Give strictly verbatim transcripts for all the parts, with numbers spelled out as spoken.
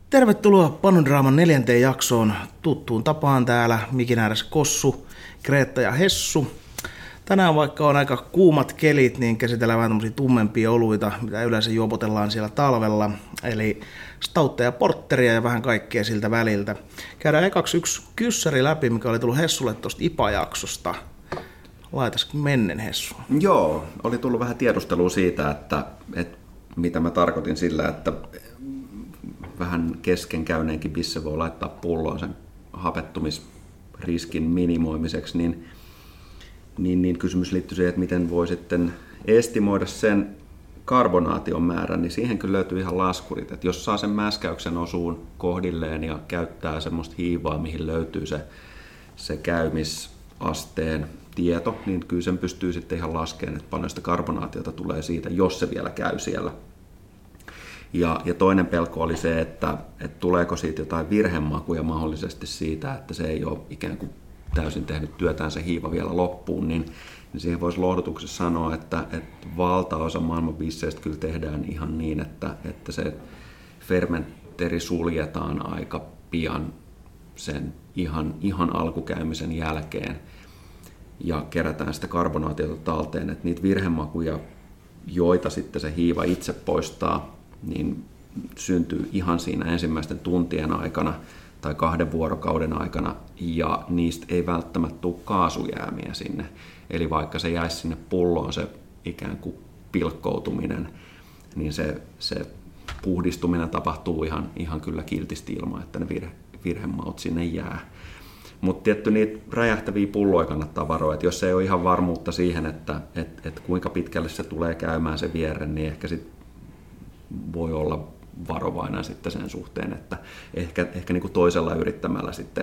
Tervetuloa Panodraaman neljänteen jaksoon. Tuttuun tapaan täällä mikin ääressä Kossu, Kreetta ja Hessu. Tänään vaikka on aika kuumat kelit, niin käsitellään vähän tämmöisiä tummempia oluita, mitä yleensä juopotellaan siellä talvella. Eli stoutteja ja portteria ja vähän kaikkea siltä väliltä. Käydään ekaksi yksi kyssäri läpi, mikä oli tullut Hessulle tuosta I P A-jaksosta. Laitas mennen, Hessu. Joo, oli tullut vähän tiedustelua siitä, että, että mitä mä tarkoitin sillä, että vähän kesken käyneenkin bisse voi laittaa pulloon sen hapettumisriskin minimoimiseksi, niin, niin, niin kysymys liittyy siihen, että miten voi sitten estimoida sen karbonaation määrän, niin siihen kyllä löytyy ihan laskurit. Että jos saa sen mäskäyksen osuun kohdilleen ja käyttää semmoista hiivaa, mihin löytyy se, se käymisasteen tieto, niin kyllä sen pystyy sitten ihan laskemaan, että paljon sitä karbonaatiota tulee siitä, jos se vielä käy siellä. Ja, ja toinen pelko oli se, että, että tuleeko siitä jotain virhemakuja mahdollisesti siitä, että se ei ole ikään kuin täysin tehnyt työtään se hiiva vielä loppuun, niin, niin siihen voisi lohdutuksessa sanoa, että, että valtaosa maailman bisseistä kyllä tehdään ihan niin, että, että se fermentteri suljetaan aika pian sen ihan, ihan alkukäymisen jälkeen ja kerätään sitä karbonaatiota talteen, että niitä virhemakuja, joita sitten se hiiva itse poistaa, niin syntyy ihan siinä ensimmäisten tuntien aikana tai kahden vuorokauden aikana, ja niistä ei välttämättä tule kaasujäämiä sinne. Eli vaikka se jäisi sinne pulloon se ikään kuin pilkkoutuminen, niin se, se puhdistuminen tapahtuu ihan, ihan kyllä kiltisti ilman, että ne virhe, virhemaut sinne jää. Mutta tietty niitä räjähtäviä pulloja kannattaa varoa, että jos ei ole ihan varmuutta siihen, että et, et kuinka pitkälle se tulee käymään se vierre, niin ehkä sit voi olla varovainen sitten sen suhteen, että ehkä, ehkä niin kuin toisella yrittämällä sitten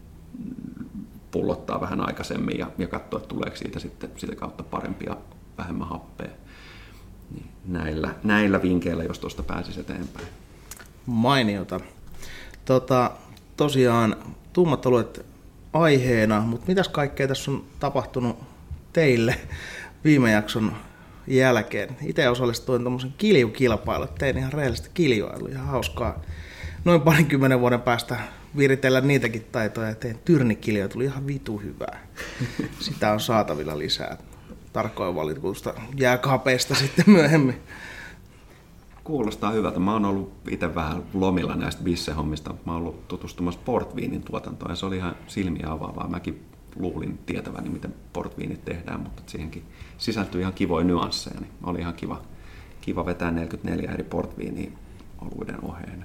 pullottaa vähän aikaisemmin ja, ja katsoa, että tuleeko siitä sitten sitä kautta parempia, vähemmän happea. Niin näillä, näillä vinkeillä, jos tuosta pääsisi eteenpäin. Mainiota. Tota, tosiaan tummat oluet aiheena, mutta mitäs kaikkea tässä on tapahtunut teille viime jakson jälkeen? Itse osallistuin tuommoisen kiljukilpailuun, tein ihan rehellistä kiljua, oli ihan hauskaa noin parinkymmenen vuoden päästä viritellä niitäkin taitoja ja tein tyrnikiljoja, tuli ihan vitu hyvää. Sitä on saatavilla lisää. Tarkoin valitusta jääkaapeista sitten myöhemmin. Kuulostaa hyvältä. Mä oon ollut itse vähän lomilla näistä bissehommista. Mä oon ollut tutustumassa portviinin tuotantoon ja se oli ihan silmiä avaavaa. Mäkin luulin tietäväni, miten portviinit tehdään, mutta siihenkin sisältyi ihan kivoja nyansseja. Niin oli ihan kiva, kiva vetää neljäkymmentäneljä eri portviiniä oluiden oheen.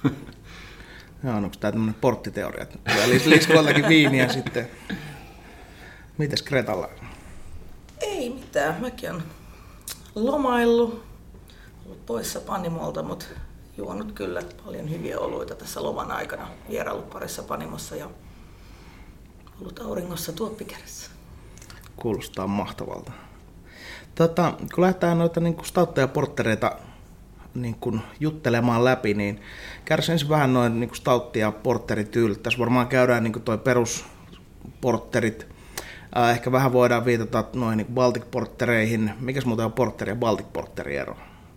Joo, onko tämä tämmöinen porttiteoria, että liskoiltakin viiniä sitten? Mites Kretalla? Ei mitään. Mäkin on lomaillut, ollut poissa panimolta, mutta juonut kyllä paljon hyviä oluita tässä loman aikana. Vieraillut parissa panimossa ja ollut auringossa tuoppikädessä. Kuulostaa mahtavalta. Tota, kun lähdetään noita niin stoutteja ja porttereita niin kun juttelemaan läpi, niin käydään ensin vähän noin niin stoutti- ja portterityylit. Tässä varmaan käydään niin toi perusportterit. Äh, ehkä vähän voidaan viitata noin niin Baltic portereihin. Mikäs muuten on porteri ja Baltic porteri ero?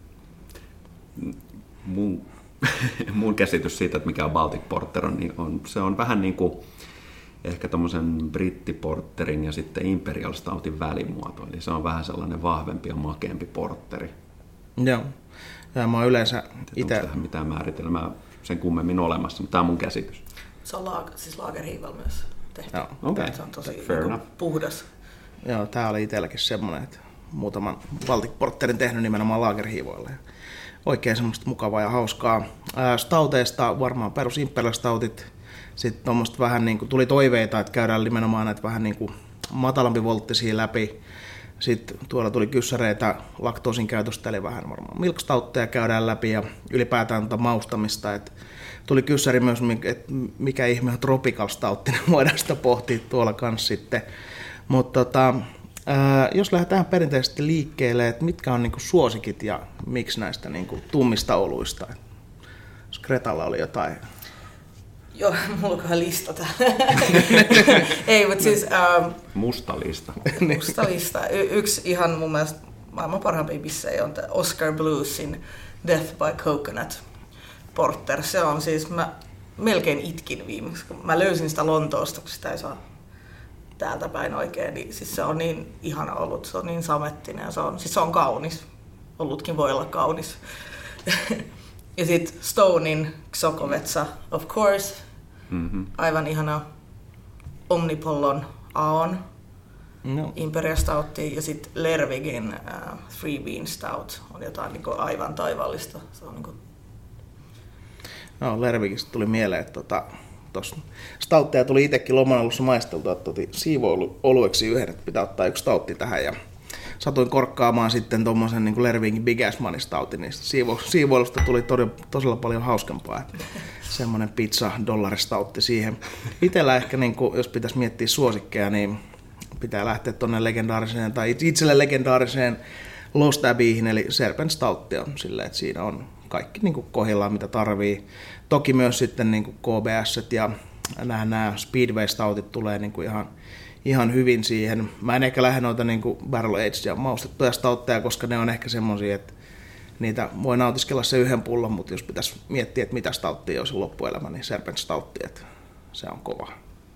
Mun, mun käsitys siitä, että mikä on Baltic porter on, niin on, se on vähän niin kuin ehkä tommosen brittiporterin ja sitten Imperial Stoutin välimuoto. Eli se on vähän sellainen vahvempi ja makeampi porteri. Joo. Ja mä oon yleensä itse... Onko tähän mitään määritelmää sen kummemmin olemassa, mutta tämä on mun käsitys. Se on laag, siis lagerhiivalla myös tehty. Joo, okay. Se on tosi niin puhdas. Joo, tää oli itselläkin semmoinen, että muutaman Baltic porterin tehnyt nimenomaan lagerhiivoilla. Oikein semmoista mukavaa ja hauskaa. Ää, stouteista varmaan perus Imperial Stoutit. Sitten tuommoista vähän niin kuin tuli toiveita, että käydään nimenomaan näitä vähän niin kuin matalampi volttisia läpi. Sitten tuolla tuli kyssäreitä laktoosin käytöstä, eli vähän varmaan milk stoutteja käydään läpi ja ylipäätään tuota maustamista. Et tuli kyssäri myös, että mikä ihme on tropical stout, niin voidaan sitä pohtia tuolla kanssa sitten. Mutta tota, jos lähdetään perinteisesti liikkeelle, että mitkä on niinku suosikit ja miksi näistä niinku tummista oluista? Jos Kretalla oli jotain. Joo, mulla on lista täällä. Ei, mutta siis... Um, musta lista. Musta lista. Y- yksi ihan mun mielestä maailman parhaimpia bissejä on Oskar Bluesin Death by Coconut. Porter, se on siis, mä melkein itkin viimeksi, kun mä löysin sitä Lontoosta, kun sitä ei saa täältä päin oikein, niin siis se on niin ihana olut, se on niin samettinen ja se on, siis se on kaunis. Olutkin voi olla kaunis. Ja sitten Stonein Xokovetsa, of course, mm-hmm. aivan ihana Omnipollon Aon, no. Imperial Stoutti ja sitten Lervigin uh, Three Bean Stout on jotain niinku aivan taivallista. Se on niinku... No Lervigistä tuli mieleen, että tota, tuossa stoutteja tuli itsekin loman alussa maisteltua, että otin siivo-olueksi yhden, että pitää ottaa yksi stoutti tähän ja satuin korkkaamaan sitten tuommoisen niin kuin Lervigin Big Ass Money Stoutin, niin siivo, siivoilusta tuli todella, todella paljon hauskempaa, että semmoinen pizza dollaristautti siihen. Itellä ehkä, niin kuin, jos pitäisi miettiä suosikkeja, niin pitää lähteä tuonne legendaariseen, tai itselle legendaariseen Lost Abbeyin, eli Serpent Stoutti on silleen, että siinä on kaikki niin kuin kohdillaan, mitä tarvii. Toki myös sitten niin kuin K B S ja nämä, nämä Speedway Stoutit tulee niin kuin ihan, ihan hyvin siihen. Mä en ehkä lähde noita niin kuin Barrel Aged ja maustettuja stoutteja, koska ne on ehkä semmosia, että niitä voi nautiskella se yhden pullon, mutta jos pitäisi miettiä, että mitä stouttia olisi loppuelämä, niin Serpent Stoutti, että se on kova.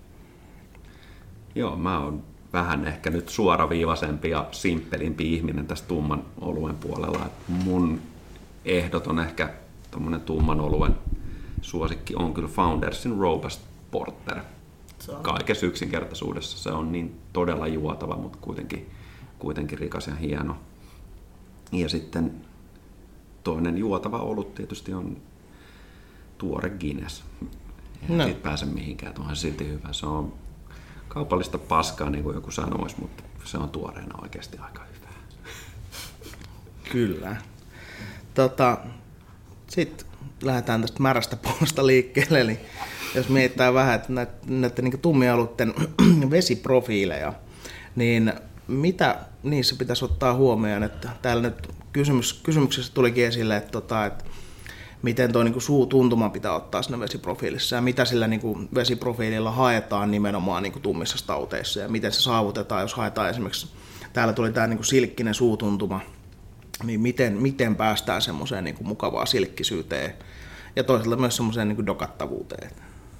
Joo, mä oon vähän ehkä nyt suoraviivaisempi ja simppelimpi ihminen tässä tumman oluen puolella. Et mun ehdot on ehkä tommonen tumman oluen suosikki on kyllä Foundersin Robust Porter. Kaikessa yksinkertaisuudessa se on niin todella juotava, mutta kuitenkin, kuitenkin rikas ja hieno. Ja sitten toinen juotava olut tietysti on tuore Guinness. Ei no. siitä pääse mihinkään, onhan silti hyvä. Se on kaupallista paskaa, niin kuin joku sanoisi, mutta se on tuoreena oikeasti aika hyvää. Kyllä. Tota, sitten lähdetään tästä märästä puolesta liikkeelle. Eli jos mietitään vähän, että näitä, näitä niin tummialuitten vesiprofiileja, niin mitä niissä pitäisi ottaa huomioon? Että täällä nyt kysymys, kysymyksessä tulikin esille, että, tota, että miten tuo niin suutuntuma pitää ottaa siinä vesiprofiilissa ja mitä sillä niin vesiprofiililla haetaan nimenomaan niin tummissa stauteissa ja miten se saavutetaan, jos haetaan esimerkiksi, täällä tuli tämä niin silkkinen suutuntuma, niin miten, miten päästään semmoiseen niin mukavaan silkkisyyteen ja toisaalta myös semmoiseen niin dokattavuuteen.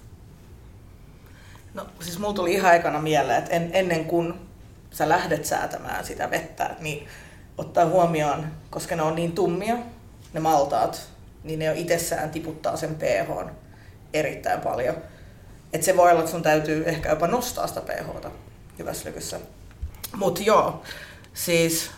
No siis mulla tuli ihan ekana mieleen, että en, ennen kuin sä lähdet säätämään sitä vettä, niin ottaa huomioon, koska ne on niin tummia, ne maltaat, niin ne jo itsessään tiputtaa sen pH:n erittäin paljon. Et se voi olla, että sun täytyy ehkä jopa nostaa sitä pH:ta hyvässä lykyssä. Mut joo, siis...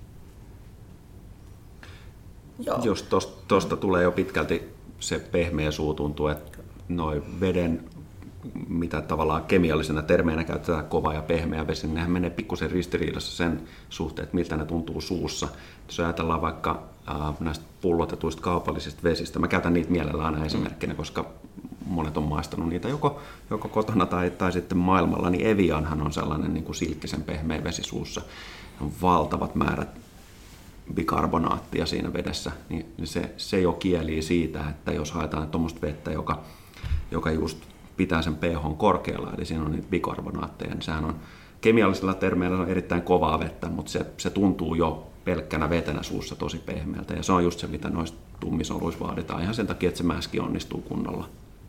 Joo. Jos tosta, tosta tulee jo pitkälti se pehmeä suutuntu, että noin veden, mitä tavallaan kemiallisena termeinä käytetään kova ja pehmeä vesi, niin nehän menee pikkusen ristiriidassa sen suhteen, että miltä ne tuntuu suussa. Jos ajatellaan vaikka äh, näistä pullotetuista kaupallisista vesistä, mä käytän niitä mielellään aina esimerkkinä, koska monet on maistanut niitä joko, joko kotona tai, tai sitten maailmalla, niin Evianhan on sellainen niin kuin silkkisen pehmeä vesi suussa. On valtavat määrät bikarbonaattia siinä vedessä, niin se, se jo kielii siitä, että jos haetaan tuommoista vettä, joka, joka just pitää sen pH:n korkealla, eli siinä on niitä bikarbonaatteja, niin sehän on kemiallisilla termeillä on erittäin kovaa vettä, mutta se, se tuntuu jo pelkkänä vetenä suussa tosi pehmeältä, ja se on just se, mitä noista tummisoluissa vaaditaan, ihan sen takia, että se mäski onnistuu kunnolla.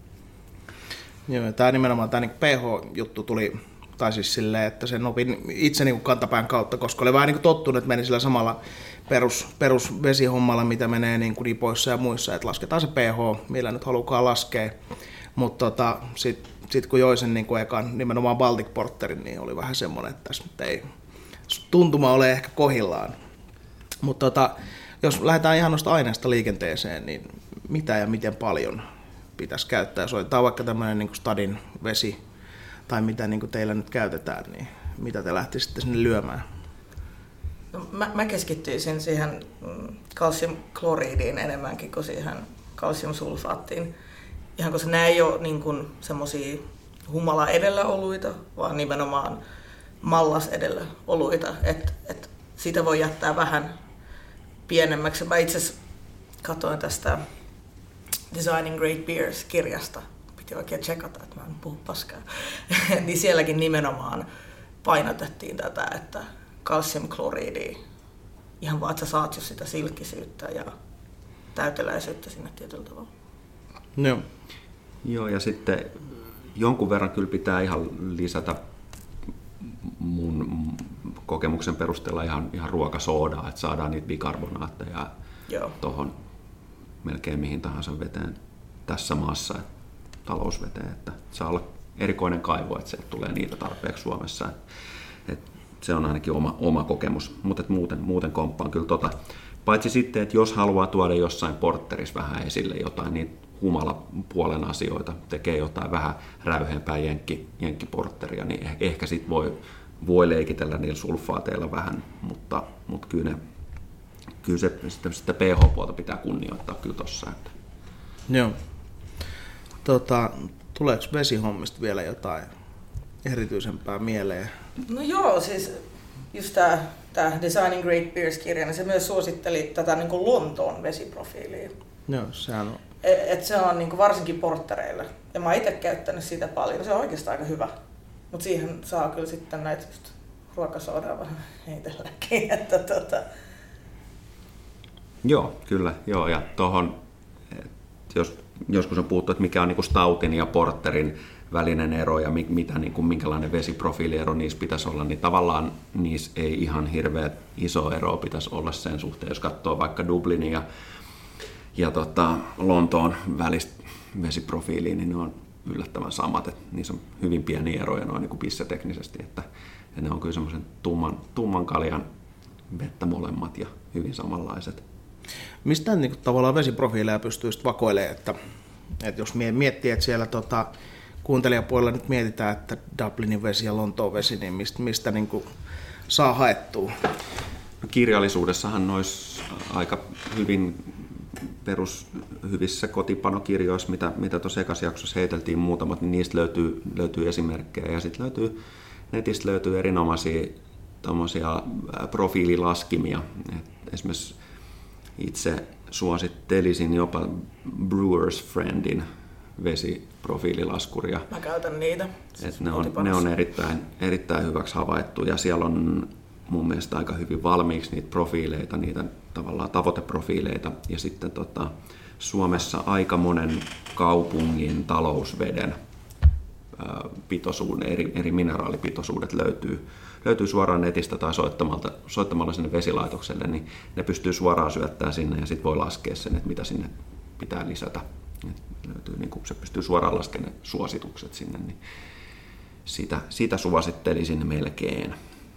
Joo, tämä nimenomaan tämä niin pH-juttu tuli, tai siis silleen, että sen opin itse niin kantapään kautta, koska oli vähän niin tottunut, että meni sillä samalla perus, perusvesihommalla, mitä menee niin kuin nipoissa ja muissa, että lasketaan se pH, millä nyt halukaan laskea. Mutta tota, sitten sit kun join sen niin kuin ekan nimenomaan Baltic Porterin, niin oli vähän semmoinen, että tässä nyt ei tuntuma ole ehkä kohillaan. Mutta tota, jos lähdetään ihan noista aineista liikenteeseen, niin mitä ja miten paljon pitäisi käyttää? Jos otetaan vaikka tämmöinen niin kuin Stadin vesi tai mitä niin kuin teillä nyt käytetään, niin mitä te lähtisitte sinne lyömään? No, mä, mä keskittyisin siihen kalsiumkloriidiin enemmänkin kuin siihen kalsiumsulfaattiin. Ihan koska nämä ei ole niin kuin semmosia humala edellä oluita, vaan nimenomaan mallas edellä oluita. Et, et sitä voi jättää vähän pienemmäksi. Mä itse asiassa katsoin tästä Designing Great Beers-kirjasta. Piti oikein tsekata, että mä en puhu paskaa. Niin sielläkin nimenomaan painotettiin tätä, että kalsiumkloriidi, ihan vaan, että sä saat jo sitä silkkisyyttä ja täyteläisyyttä sinne tietyllä tavalla. Joo. Joo, ja sitten jonkun verran kyllä pitää ihan lisätä mun kokemuksen perusteella ihan, ihan ruokasoodaa, että saadaan niitä bikarbonaatteja tuohon melkein mihin tahansa veteen tässä maassa, talousveteen, että saa olla erikoinen kaivo, että se tulee niitä tarpeeksi Suomessa. Et, et se on ainakin oma, oma kokemus, mutta muuten, muuten komppaan kyllä tota. Paitsi sitten, että jos haluaa tuoda jossain porterissa vähän esille jotain niitä humalapuolen asioita, tekee jotain vähän räyheempää jenkki, jenkkiportteria, niin ehkä sitten voi, voi leikitellä niillä sulfaateilla vähän, mutta, mutta kyllä, ne, kyllä se, sitä, sitä pH-puolta pitää kunnioittaa kyllä tossa. Että. Joo. Tota, tuleeko vesihommista vielä jotain erityisempää mieleen? No joo, siis just tämä tää Designing Great Beers-kirja, niin se myös suositteli tätä niin kuin Lontoon vesiprofiilia. Joo, sehän on. Et, et se on niin kuin varsinkin porttereilla. Ja mä oon itse käyttänyt sitä paljon, se on oikeastaan aika hyvä. Mutta siihen saa kyllä sitten näitä just ruokasoodaa vähän heitelläkin. Että tota. Joo, kyllä. Joo, ja tohon, jos joskus on puhuttu, että mikä on niin kuin stoutin ja porterin välinen ero ja mitä, niin kuin, minkälainen vesiprofiiliero niissä pitäisi olla, niin tavallaan niissä ei ihan hirveän iso ero pitäisi olla sen suhteen, jos katsoo vaikka Dublinin ja, ja tota, Lontoon välistä vesiprofiiliä, niin ne on yllättävän samat, että niissä on hyvin pieniä eroja noin niin kuin pisseteknisesti, että ne on kyllä semmoisen tumman, tumman kaljan vettä molemmat ja hyvin samanlaiset. Mistä niin kuin, tavallaan vesiprofiileja pystyy vakoilemaan, että, että jos miettii, että siellä tota, kuuntelijapuolella nyt mietitään, että Dublinin vesi ja Lontoon vesi, niin mistä, mistä niin kuin, saa haettua? No, kirjallisuudessahan noissa aika hyvin perus hyvissä kotipanokirjoissa, mitä, mitä tuossa ekassa jaksossa heiteltiin muutamat, niin niistä löytyy, löytyy esimerkkejä ja sitten löytyy, netistä löytyy erinomaisia tommosia profiililaskimia. Et esimerkiksi itse suosittelisin jopa Brewer's Friendin vesiprofiililaskuria. Mä käytän niitä. Et ne on, ne on erittäin, erittäin hyväksi havaittu ja siellä on mun mielestä aika hyvin valmiiksi niitä profiileita, niitä tavallaan tavoiteprofiileita ja sitten tota, Suomessa aika monen kaupungin talousveden ää, pitoisuuden, eri, eri mineraalipitoisuudet löytyy, löytyy suoraan netistä tai soittamalla, soittamalla sinne vesilaitokselle, niin ne pystyy suoraan syöttämään sinne ja sitten voi laskea sen, että mitä sinne pitää lisätä. Löytyy, niin kun se pystyy suoraan laskemaan ne suositukset sinne, niin sitä, sitä suosittelisin melkein.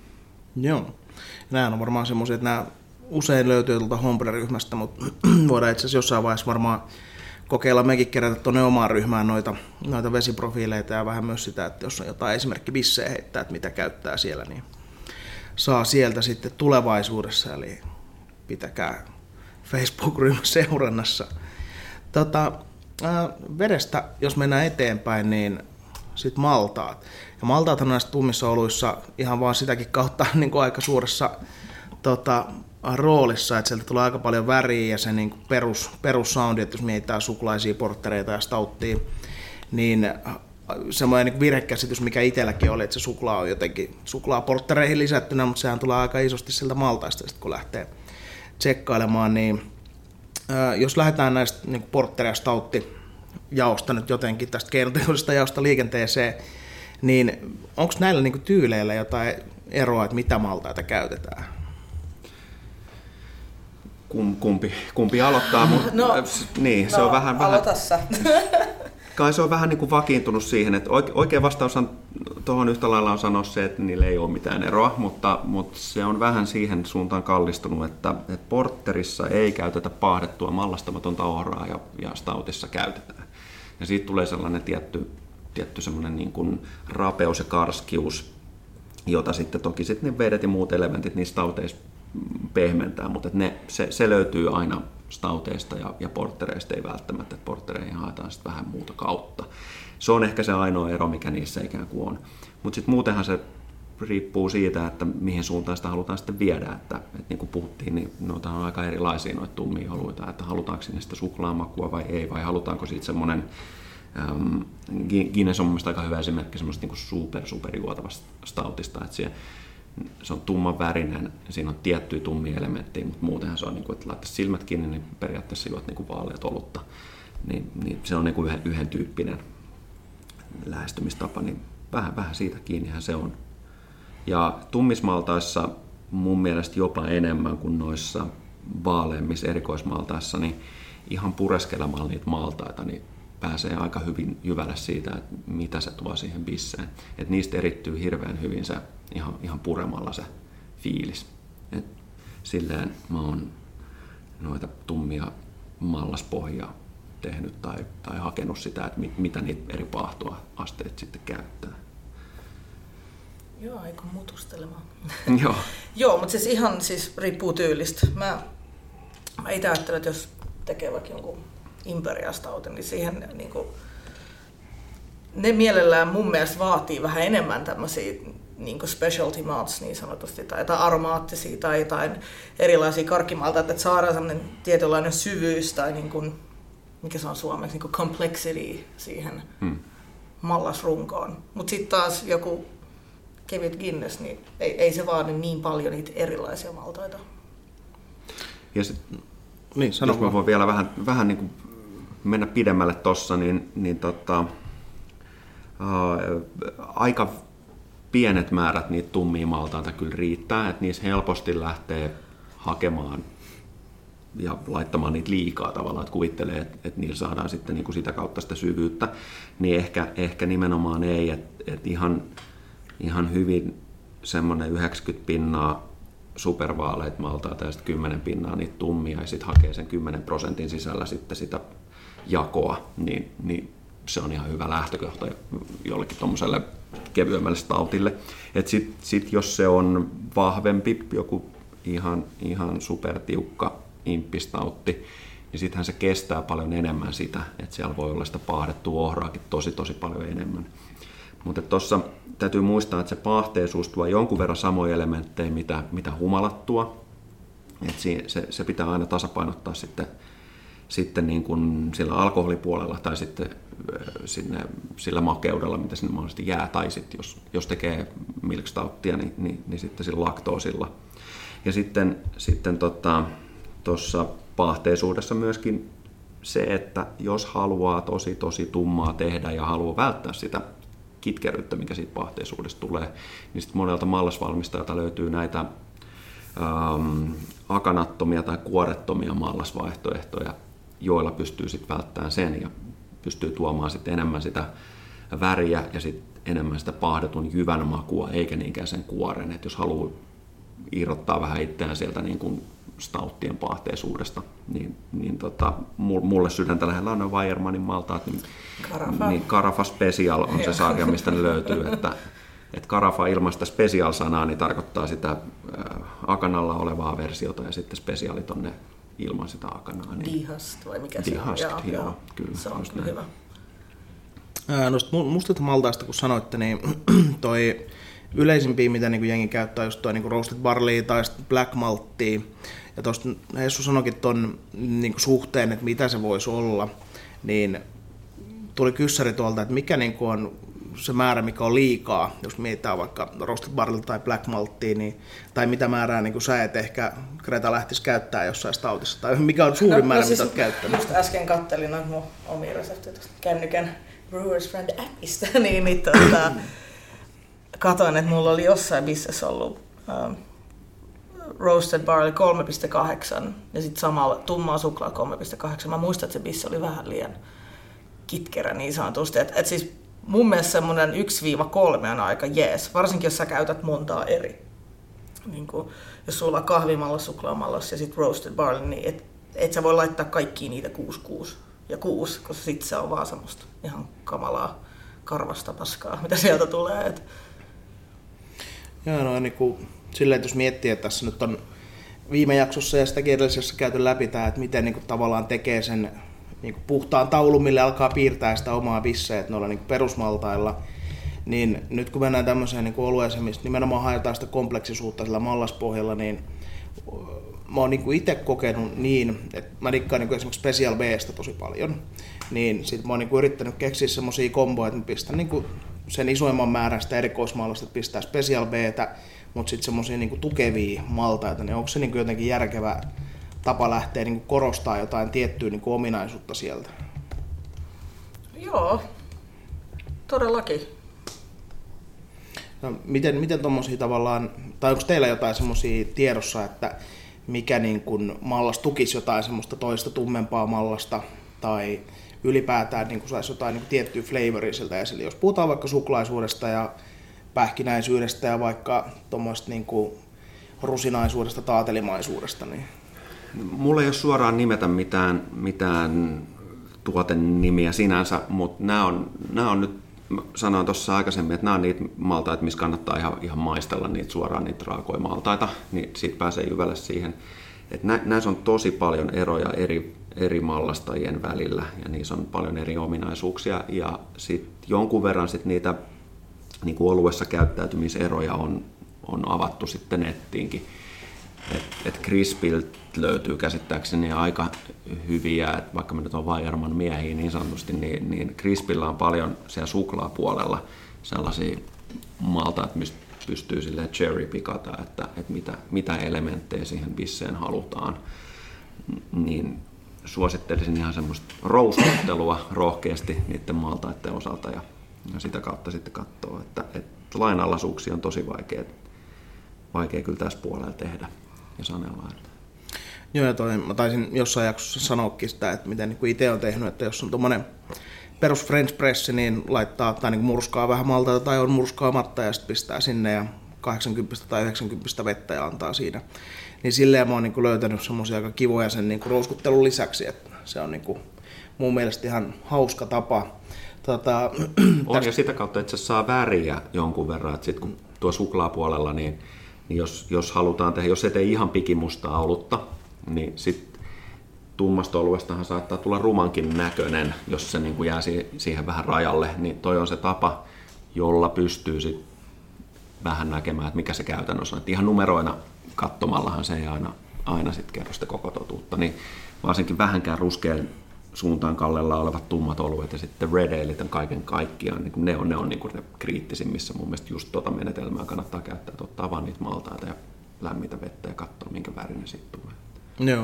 Joo. Nämä on varmaan semmoisia, että nämä usein löytyy tuolta Hombre-ryhmästä, mutta voidaan itse asiassa jossain vaiheessa varmaan kokeilla mekin kerätä tuonne omaan ryhmään noita, noita vesiprofiileita ja vähän myös sitä, että jos on jotain esimerkki bissejä heittää, että mitä käyttää siellä, niin saa sieltä sitten tulevaisuudessa, eli pitäkää Facebook-ryhmä seurannassa. Tota, ää, vedestä, jos mennään eteenpäin, niin sitten maltaat. Ja maltaathan on näissä tummissa oluissa ihan vaan sitäkin kautta niin kuin aika suuressa tota, roolissa, että sieltä tulee aika paljon väriä ja se niin kuin perus, perussoundi, että jos mietitään suklaisia porttereita ja stouttia, niin semmoinen niin kuin virhekäsitys, mikä itselläkin oli, että se suklaa on jotenkin suklaaporttereihin lisättynä, mutta sehän tulee aika isosti sieltä maltaista, kun lähtee tsekkailemaan, niin ää, jos lähdetään näistä niin kuin portteri- ja stoutti-jaosta nyt jotenkin tästä keinoteollisesta jaosta liikenteeseen, niin onko näillä niin kuin tyyleillä jotain eroa, että mitä maltaita käytetään? Kumpi, kumpi aloittaa? Mut, no, niin, no, se on vähän, aloita vähän, kai se on vähän niin kuin vakiintunut siihen, että oikea vastaus tuohon yhtä lailla on sanoa se, että niillä ei ole mitään eroa, mutta, mutta se on vähän siihen suuntaan kallistunut, että, että porterissa ei käytetä paahdettua mallastamatonta ohraa ja, ja stoutissa käytetään. Ja siitä tulee sellainen tietty, tietty sellainen niin kuin rapeus ja karskius, jota sitten toki sitten ne vedet ja muut elementit niissä stouteissa pehmentää, mutta ne, se, se löytyy aina stouteista ja, ja portereista, ei välttämättä, että portereihin haetaan sitten vähän muuta kautta. Se on ehkä se ainoa ero, mikä niissä ikään kuin on. Mutta sitten muutenhan se riippuu siitä, että mihin suuntaan sitä halutaan sitten viedä. Että, että niin kuin puhuttiin, niin noita on aika erilaisia noita tummia oluita, että halutaanko sinne sitä suklaamakua vai ei, vai halutaanko siitä semmoinen, ähm, Guinness on mun mielestä aika hyvä esimerkki semmoista niin kuin super, super juotavasta stoutista, että siellä se on tumman värinen, siinä on tiettyjä tummia elementtejä, mutta muutenhan se on, niin kuin, että laittaisi silmät kiinni, niin periaatteessa juot niin kuin vaaleat olutta. niin, niin se on niin kuin yhden, yhden tyyppinen lähestymistapa, niin vähän, vähän siitä kiinnihän se on. Ja tummismaltaissa mun mielestä jopa enemmän kuin noissa vaaleemmissa erikoismaltaissa, niin ihan pureskelemalla niitä maltaita, niin pääsee aika hyvin jyvälle siitä, että mitä se tuo siihen bisseen. Et niistä erittyy hirveän hyvin se ihan, ihan puremalla se fiilis. Et silleen mä oon noita tummia mallaspohjia tehnyt tai, tai hakenut sitä, että mit, mitä niitä eri paahtoasteet sitten käyttää. Joo, aika mutustelemaan. Joo. Joo, mutta siis ihan siis riippuu tyylistä. Mä, mä itse ajattelen, että jos tekee vaikka jonkun imperiastautin, niin siihen niin kuin, ne mielellään mun mielestä vaatii vähän enemmän tämmöisiä niin kuin specialty malts niin sanotusti, tai jotain aromaattisia tai jotain erilaisia karkkimalta, että saadaan semmoinen tietynlainen syvyys tai niin kuin, mikä se on suomeksi, niin kuin complexity siihen hmm. mallasrunkoon. Mutta sitten taas joku kevyt Guinness, niin ei, ei se vaadi niin paljon niitä erilaisia maltaita. Ja sit, niin, jos mä voin vielä vähän, vähän niin kuin mennä pidemmälle tossa, niin, niin tota, ää, aika pienet määrät niitä tummia maltaita kyllä riittää, että niissä helposti lähtee hakemaan ja laittamaan niitä liikaa tavallaan, että kuvittelee, että, että niillä saadaan sitten niin kuin sitä kautta sitä syvyyttä, niin ehkä, ehkä nimenomaan ei, että, että ihan, ihan hyvin semmoinen yhdeksänkymmentä pinnaa supervaaleita maltaita ja sitten kymmenen pinnaa niitä tummia ja sitten hakee sen kymmenen prosentin sisällä sitten sitä jakoa, niin, niin se on ihan hyvä lähtökohta jollekin tuommoiselle kevyemmälle stautille. Sitten sit jos se on vahvempi, joku ihan, ihan supertiukka imppistautti, niin sittenhän se kestää paljon enemmän sitä, että siellä voi olla sitä paahdettua ohraakin tosi tosi paljon enemmän. Mutta tuossa täytyy muistaa, että se paahteisuus tuo jonkun verran samoja elementtejä, mitä, mitä humalattua. Et se, se, se pitää aina tasapainottaa sitten, sitten niin kuin sillä alkoholipuolella tai sitten sinne, sillä makeudella, mitä sinne mahdollisesti jää, tai sitten jos, jos tekee milkstouttia, niin, niin, niin sitten sillä laktoosilla. Ja sitten sitten tota, tuossa paahteisuudessa myöskin se, että jos haluaa tosi tosi tummaa tehdä ja haluaa välttää sitä kitkeryyttä, mikä siitä paahteisuudesta tulee, niin sitten monelta mallasvalmistajalta löytyy näitä ähm, akanattomia tai kuorettomia mallasvaihtoehtoja, joilla pystyy sitten välttämään sen ja pystyy tuomaan sitten enemmän sitä väriä ja sitten enemmän sitä paahdetun jyvän makua, eikä niinkään sen kuoren. Et jos haluaa irrottaa vähän itseään sieltä niin kuin stauttien paahteisuudesta, niin, niin tota, mulle sydäntä lähellä on ne Weyermannin maltaat, niin Carafa, niin Carafa Special on se sarja, mistä ne löytyy, että et Carafa ilman sitä Special-sanaa niin tarkoittaa sitä äh, akanalla olevaa versiota ja sitten Specialit on ne ilman sitä akanaa. Niin Dihast vai mikä se Dihast, on? Joo, joo, kyllä. Se on kyllä hyvä. Noista mustat maltaista, kun sanoitte, niin toi yleisimpiä, mitä niin jengi käyttää, just toi niin roasted barley tai black malttia. Ja tuosta Hessu sanoikin tuon niin suhteen, että mitä se voisi olla, niin tuli kyssäri tuolta, että mikä niin on se määrä, mikä on liikaa, jos mietitään vaikka roasted barley tai black malttia, niin, tai mitä määrää niin sä et ehkä Greta lähtisi käyttää jossain stautissa, tai mikä on suurin no, määrä, no, siis mitä olet käyttänyt? Just äsken kattelin noita mun omia reseptejä tuosta kännykän Brewers Friend appista, niin, niin tuota, katoin, että mulla oli jossain bissessä ollut uh, roasted barley kolme pilkku kahdeksan ja sitten samalla tummaa suklaa kolme pilkku kahdeksan. Mä muistan, että se bisse oli vähän liian kitkerä niin sanotusti. Et, et siis mun mielestä semmoinen yksi kolme on aika jees, varsinkin jos sä käytät montaa eri. Niin kun, jos sulla on kahvimallas, suklaamallas ja sitten roasted barley, niin et, et sä voi laittaa kaikkiin niitä kuusi, kuusi ja kuusi, koska sit se on vaan semmoista ihan kamalaa karvasta paskaa, mitä sieltä tulee. Et. Joo, no niin kuin silleen, että jos miettii, että tässä nyt on viime jaksossa ja sitäkin edellisessä käyty läpi tämä, että miten niin kuin tavallaan tekee sen niin kuin puhtaan taulun, mille alkaa piirtää sitä omaa bisseä, että noilla niin kuin perusmaltailla, niin nyt kun mennään tämmöiseen niin kuin olueeseen, mistä nimenomaan haetaan sitä kompleksisuutta sillä mallaspohjalla, niin mä oon niin kuin itse kokenut niin, että mä dikkaan niin kuin esimerkiksi Special B:stä tosi paljon, niin sit mä oon niin kuin yrittänyt keksiä semmosia komboja, että mä pistän niin kuin sen isoimman määrän sitä erikoismallasta, että pistää Special B:tä, mutta sitten semmosia niinku tukevia maltaita, niin onko se niinku jotenkin järkevä tapa lähteä niinku korostaa jotain tiettyä niinku ominaisuutta sieltä? Joo, todellakin. No, miten miten tommosia tavallaan, tai onko teillä jotain semmoisia tiedossa, että mikä niin kun mallas tukisi jotain semmoista toista tummempaa mallasta, tai ylipäätään niin kun saisi jotain niin kun tiettyä flavoria siltä esille. Jos puhutaan vaikka suklaisuudesta ja pähkinäisyydestä ja vaikka tuommoista niin kuin rusinaisuudesta, taatelimaisuudesta. Niin. Mulla ei ole suoraan nimetä mitään, mitään tuotennimiä sinänsä, mutta nämä on, nämä on nyt, sanoin tuossa aikaisemmin, että nämä on niitä maltaita, missä kannattaa ihan, ihan maistella niitä suoraan niitä raakoja maltaita, niin siitä pääsee jyvälle siihen. Että nä, näissä on tosi paljon eroja eri, eri mallastajien välillä ja niissä on paljon eri ominaisuuksia ja sitten jonkun verran sit niitä niin kuin oluessa käyttäytymiseroja on, on avattu sitten nettiinkin. Et, et Crispiltä löytyy käsittääkseni aika hyviä, että vaikka me nyt on Weiermann miehiä niin sanotusti, niin, niin Crispillä on paljon siellä suklaapuolella sellaisia maltaita, mistä pystyy silleen cherry pikata, että, että mitä, mitä elementtejä siihen bisseen halutaan. Niin suosittelisin ihan semmoista roustottelua rohkeasti niiden maltaiden osalta ja Ja sitä kautta sitten katsoo, että, että lainalaisuuksia on tosi vaikea, vaikea kyllä tässä puolella tehdä ja sanella. Joo, ja toi, mä taisin jossain jaksossa sanoakin sitä, että miten niin itse on tehnyt, että jos on tuommoinen perus French press, niin laittaa tai niin murskaa vähän maltaita tai on murskaamatta ja sitten pistää sinne ja kahdeksankymmentä tai yhdeksänkymmentä vettä ja antaa siinä. Niin silleen mä oon niin löytänyt semmoisia aika kivoja sen niin rouskuttelun lisäksi, että se on niin kuin mun mielestä ihan hauska tapa. Tota, on tästä... ja sitä kautta itse saa väriä jonkun verran, että sit kun tuo suklaapuolella, niin, niin jos, jos halutaan tehdä, jos ei tee ihan pikimustaa olutta, niin sitten tummasta oluestahan saattaa tulla rumankin näköinen, jos se niin kuin jää siihen vähän rajalle, niin toi on se tapa, jolla pystyy sit vähän näkemään, että mikä se käytännössä on. Et ihan numeroina katsomallahan se ei aina, aina sit kerro sitä koko totuutta, niin varsinkin vähänkään ruskean suuntaan kallella olevat tummat oluet ja sitten red alet kaiken kaikkiaan, niin ne on, ne, on niin kuin ne kriittisimmissä. Mun mielestä just tuota menetelmää kannattaa käyttää, että ottaa vaan niitä maltaita ja lämmitä vettä ja katsoa, minkä värinen siitä tulee. Joo.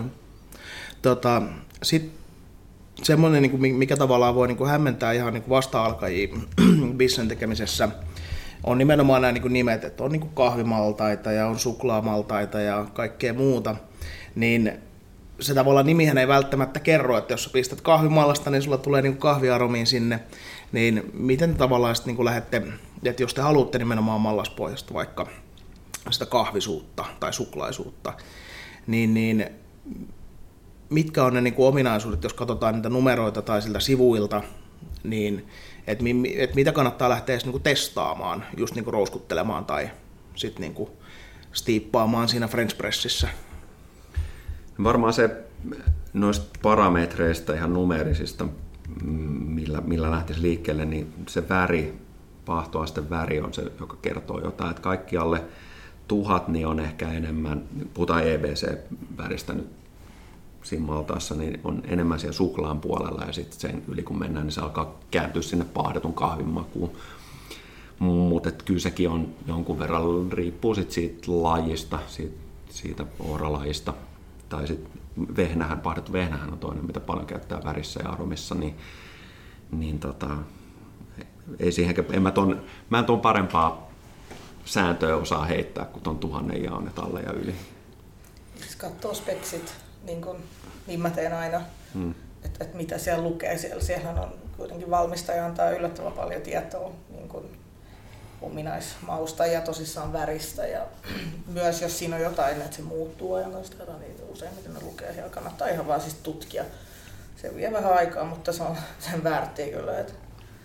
Tota, sitten semmoinen, niin kuin mikä tavallaan voi niin kuin hämmentää ihan niin kuin vasta-alkajia bissen tekemisessä, on nimenomaan nämä niin kuin nimet, että on niin kuin kahvimaltaita ja on suklaamaltaita ja kaikkea muuta, niin se tavallaan nimihän ei välttämättä kerro, että jos sä pistät kahvimallasta, niin sulla tulee niin kahviaromiin sinne, niin miten te tavallaan sitten niin lähdette, että jos te haluatte nimenomaan mallaspohjasta vaikka sitä kahvisuutta tai suklaisuutta, niin, niin mitkä on ne niin kuin ominaisuudet, jos katsotaan niitä numeroita tai siltä sivuilta, niin että et mitä kannattaa lähteä edes niin kuin testaamaan, just niin kuin rouskuttelemaan tai sitten niin kuin stiippaamaan siinä French pressissä? Varmaan se noista parametreista ihan numerisista, millä, millä lähtisi liikkeelle, niin se väri, paahtoaste väri on se, joka kertoo jotain. Että kaikki alle tuhat niin on ehkä enemmän, puhutaan E B C-väristä nyt siinä maltaassa, niin on enemmän siellä suklaan puolella ja sitten sen yli kun mennään, niin se alkaa kääntyä sinne paahdetun kahvin makuun. Mutta kyllä sekin on jonkun verran, riippuu sit siitä lajista, siitä, siitä ooralajista. Tai sitten vehnähän, paahdettu vehnähän on toinen, mitä paljon käyttää värissä ja aromissa, niin, niin tota, ei siihen, en mä, ton, mä en tuon parempaa sääntöä osaa heittää, kun tuon tuhannen jaonet alle ja yli. Siis katsoo speksit, niin, kun, niin mä teen aina, hmm. että et mitä siellä lukee. Siellä, siellähän on kuitenkin valmistaja antaa yllättävän paljon tietoa niin kun ominaismausta ja tosissaan väristä. Ja myös jos siinä on jotain, että se muuttuu ajan kanssa, niin useimmiten ne lukee. Siellä kannattaa ihan vaan siis tutkia. Se vie vähän aikaa, mutta se on sen väärtiä kyllä. Että...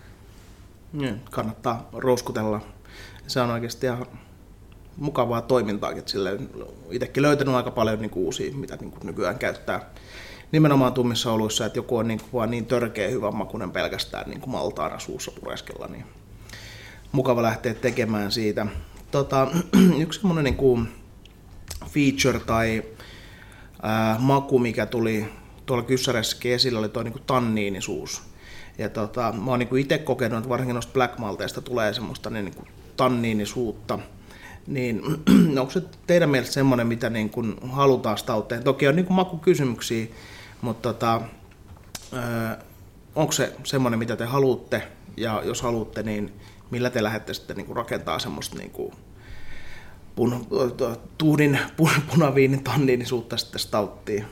Niin, kannattaa rouskutella. Se on oikeasti ihan mukavaa toimintaakin. Itsekin löytänyt aika paljon niin kuin uusia, mitä niin kuin nykyään käyttää nimenomaan tummissa oluissa, että joku on niin kuin vaan niin törkeä hyvän makuinen pelkästään niin kuin maltaana suussa pureskella. Niin mukava lähteä tekemään siitä. Tota, yksi semmoinen niin kuin feature tai ää, maku, mikä tuli tuolla kyssäreissäkin esillä, oli tuo niin kuin tanniinisuus. Ja tota, mä oon niin kuin itse kokenut, että varsinkin noista black malteista tulee semmoista niin kuin tanniinisuutta. Niin onko se teidän mielestä semmoinen, mitä niin kuin halutaan stouteen? Toki on niin kuin makukysymyksiä, mutta tota, ää, onko se semmoinen, mitä te haluatte, ja jos haluatte, niin millä te lähdette sitten niin kuin rakentaa semmoista niin kuin pun, tuhdin pun, punaviinin tanniinisuutta sitten stouttiin?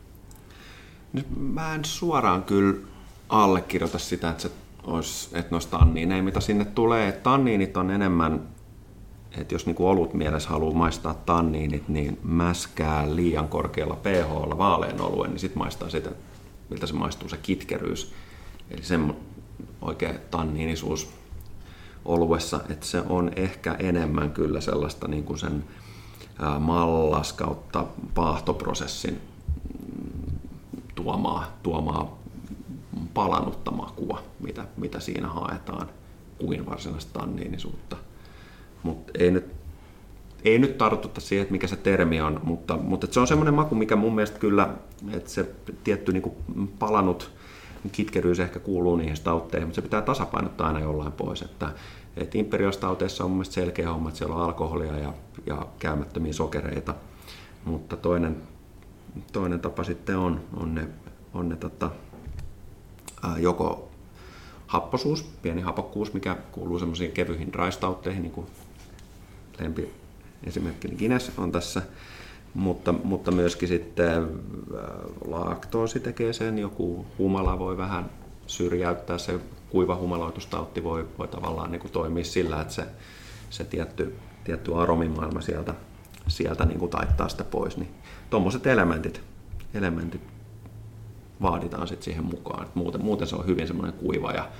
Nyt mä en suoraan kyllä allekirjoita sitä, että, se olisi, että noista tanniineja, mitä sinne tulee. Että tanniinit on enemmän, että jos niinku olut mielessä haluaa maistaa tanniinit, niin mäskää liian korkealla pH:lla vaalean oluen, niin sitten maistaa sitä, miltä se maistuu se kitkeryys. Eli sen oikea tanniinisuus oluessa, että se on ehkä enemmän kyllä sellaista niin kuin sen mallas kautta paahtoprosessin tuomaa, tuomaa palannutta makua, mitä, mitä siinä haetaan, kuin varsinaista tanniinisuutta. Mutta ei nyt, ei nyt tartuta siihen, että mikä se termi on, mutta, mutta se on semmoinen maku, mikä mun mielestä kyllä, että se tietty niin kuin palannut kitkeryys ehkä kuuluu niihin stautteihin, mutta se pitää tasapainottaa aina jollain pois. Että, että imperial-stauteissa on mun mielestä selkeä homma, että siellä on alkoholia ja, ja käymättömiä sokereita, mutta toinen, toinen tapa sitten on, on ne, on ne tota, ää, joko happosuus, pieni hapokkuus, mikä kuuluu semmoisiin kevyihin dry-stautteihin, niin kuin lempi esimerkkinä Guinness on tässä, mutta, mutta myöskin sitten laktoosi tekee sen, joku humala voi vähän syrjäyttää, se kuiva humaloitustautti voi, voi tavallaan niin kuin toimia sillä, että se, se tietty, tietty aromimaailma sieltä, sieltä niin kuin taittaa sitä pois, niin tuommoiset elementit, elementit vaaditaan sitten siihen mukaan, että muuten, muuten se on hyvin semmoinen kuiva ja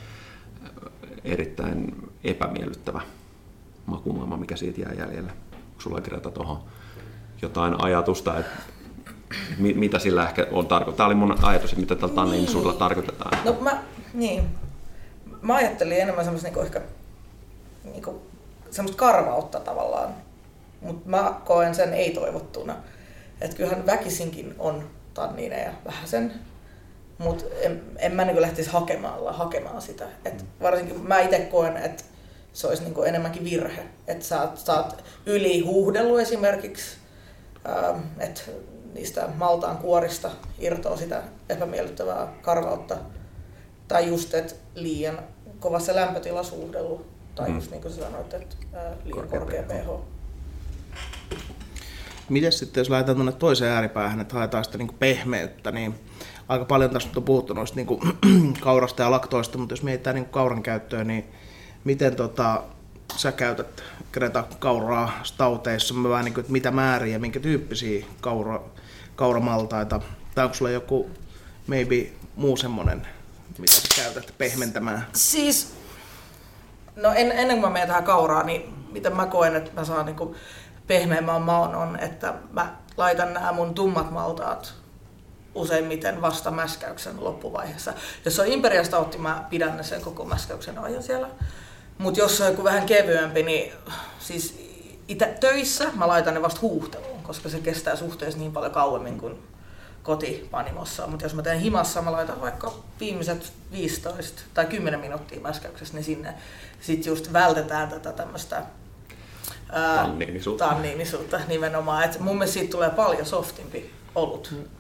erittäin epämiellyttävä makumaailma, mikä siitä jää jäljelle. Onko sulla kirjata tuohon jotain ajatusta, että mitä sillä ehkä on tarkoittaa? Tämä oli mun ajatus, että mitä tällä tanniinisuudella tarkoitetaan. No mä, niin. Mä ajattelin enemmän semmoista niinku ehkä niinku, semmoista karvautta tavallaan, mutta mä koen sen ei-toivottuna. Että kyllähän väkisinkin on tanniineja vähän sen, mutta en, en mä niinku lähtisi hakemaan, hakemaan sitä. Et varsinkin mä itse koen, että se olisi niinku enemmänkin virhe. Että sä, sä oot ylihuuhdellut esimerkiksi, että niistä maltaan kuorista irtoaa sitä epämiellyttävää karvautta. Tai just, että liian kovassa lämpötilassa huuhdellut. Tai mm. just niin kuin sanoit, että liian korkea, korkea pH. Miten sitten, jos lähdetään tuonne toiseen ääripäähän, että haetaan sitä niin kuin pehmeyttä, niin aika paljon tässä on puhuttu noista niin kuin kaurasta ja laktoista, mutta jos mietitään niin kuin kauran käyttöä, niin miten tota, sä käytät Greta kauraa stauteissa, vähän niin kuin, että mitä määriä, minkä tyyppisiä kaura, kauramaltaita, tai onko sulla joku maybe muu semmoinen, mitä sä käytät pehmentämään? Siis, no en, ennen kuin mä menen tähän kauraan, niin miten mä koen, että mä saan niin kuin pehmeämmän maun on, että mä laitan nämä mun tummat maltaat useimmiten vasta mäskäyksen loppuvaiheessa. Jos on Imperial Stoutti, mä pidän ne sen koko mäskäyksen ajan siellä. Mutta jos on joku vähän kevyempi, niin siis itä, töissä mä laitan ne vasta huuhteluun, koska se kestää suhteessa niin paljon kauemmin kuin kotipanimossa. Mutta jos mä teen himassa, mä laitan vaikka viimeiset viisitoista tai kymmenen minuuttia mäskäyksessä, niin sinne sit just vältetään tätä tämmöistä tanniinisuutta. tanniinisuutta nimenomaan. Et mun mielestä siitä tulee paljon softimpi olut. Mm.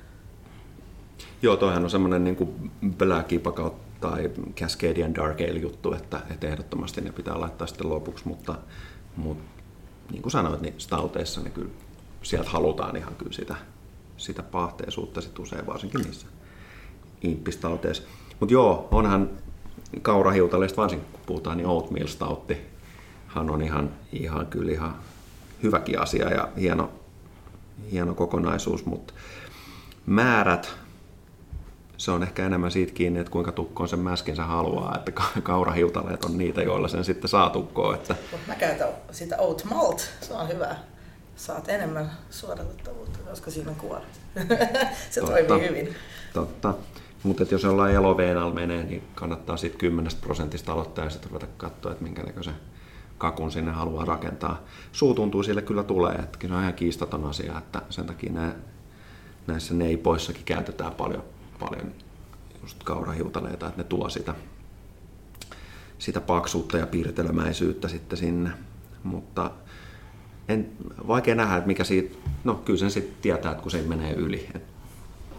Joo, toihan on semmoinen niin kuin Black I P A tai Cascadian Dark Ale juttu, että, että ehdottomasti ne pitää laittaa sitten lopuksi, mutta, mutta niin kuin sanoit, niin stauteissa ne kyllä, sieltä halutaan ihan kyllä sitä, sitä paahteisuutta sit usein, varsinkin niissä imppistauteissa. Mutta joo, onhan kaurahiutaleista, varsinkin kun puhutaan, niin oatmeal stouttihan on ihan, ihan kyllä ihan hyväkin asia ja hieno, hieno kokonaisuus, mutta määrät, se on ehkä enemmän siitä kiinni, että kuinka tukkoon sen mäskinsä haluaa, että kaurahiutaleet on niitä, joilla sen sitten saa tukkoon. Että mä käytän sitä oat malt, se on hyvä. Saat enemmän suodatettavuutta, koska siinä on kuori. Se totta, toimii hyvin. Totta, mutta jos jollain eloveenalla menee, niin kannattaa siitä kymmenestä prosentista aloittaa ja sitten ruveta katsoa, että minkä näköisen kakun sinne haluaa rakentaa. Suutuntuu sille kyllä tulee, että se on ihan kiistaton asia, että sen takia nää, näissä neipoissakin käytetään paljon paljon just kaurahiutaleita, että ne tuo sitä, sitä paksuutta ja piirtelömäisyyttä sitten sinne. Mutta en, vaikea nähdä, että mikä siitä, no kyllä sen sitten tietää, että kun se menee yli. Et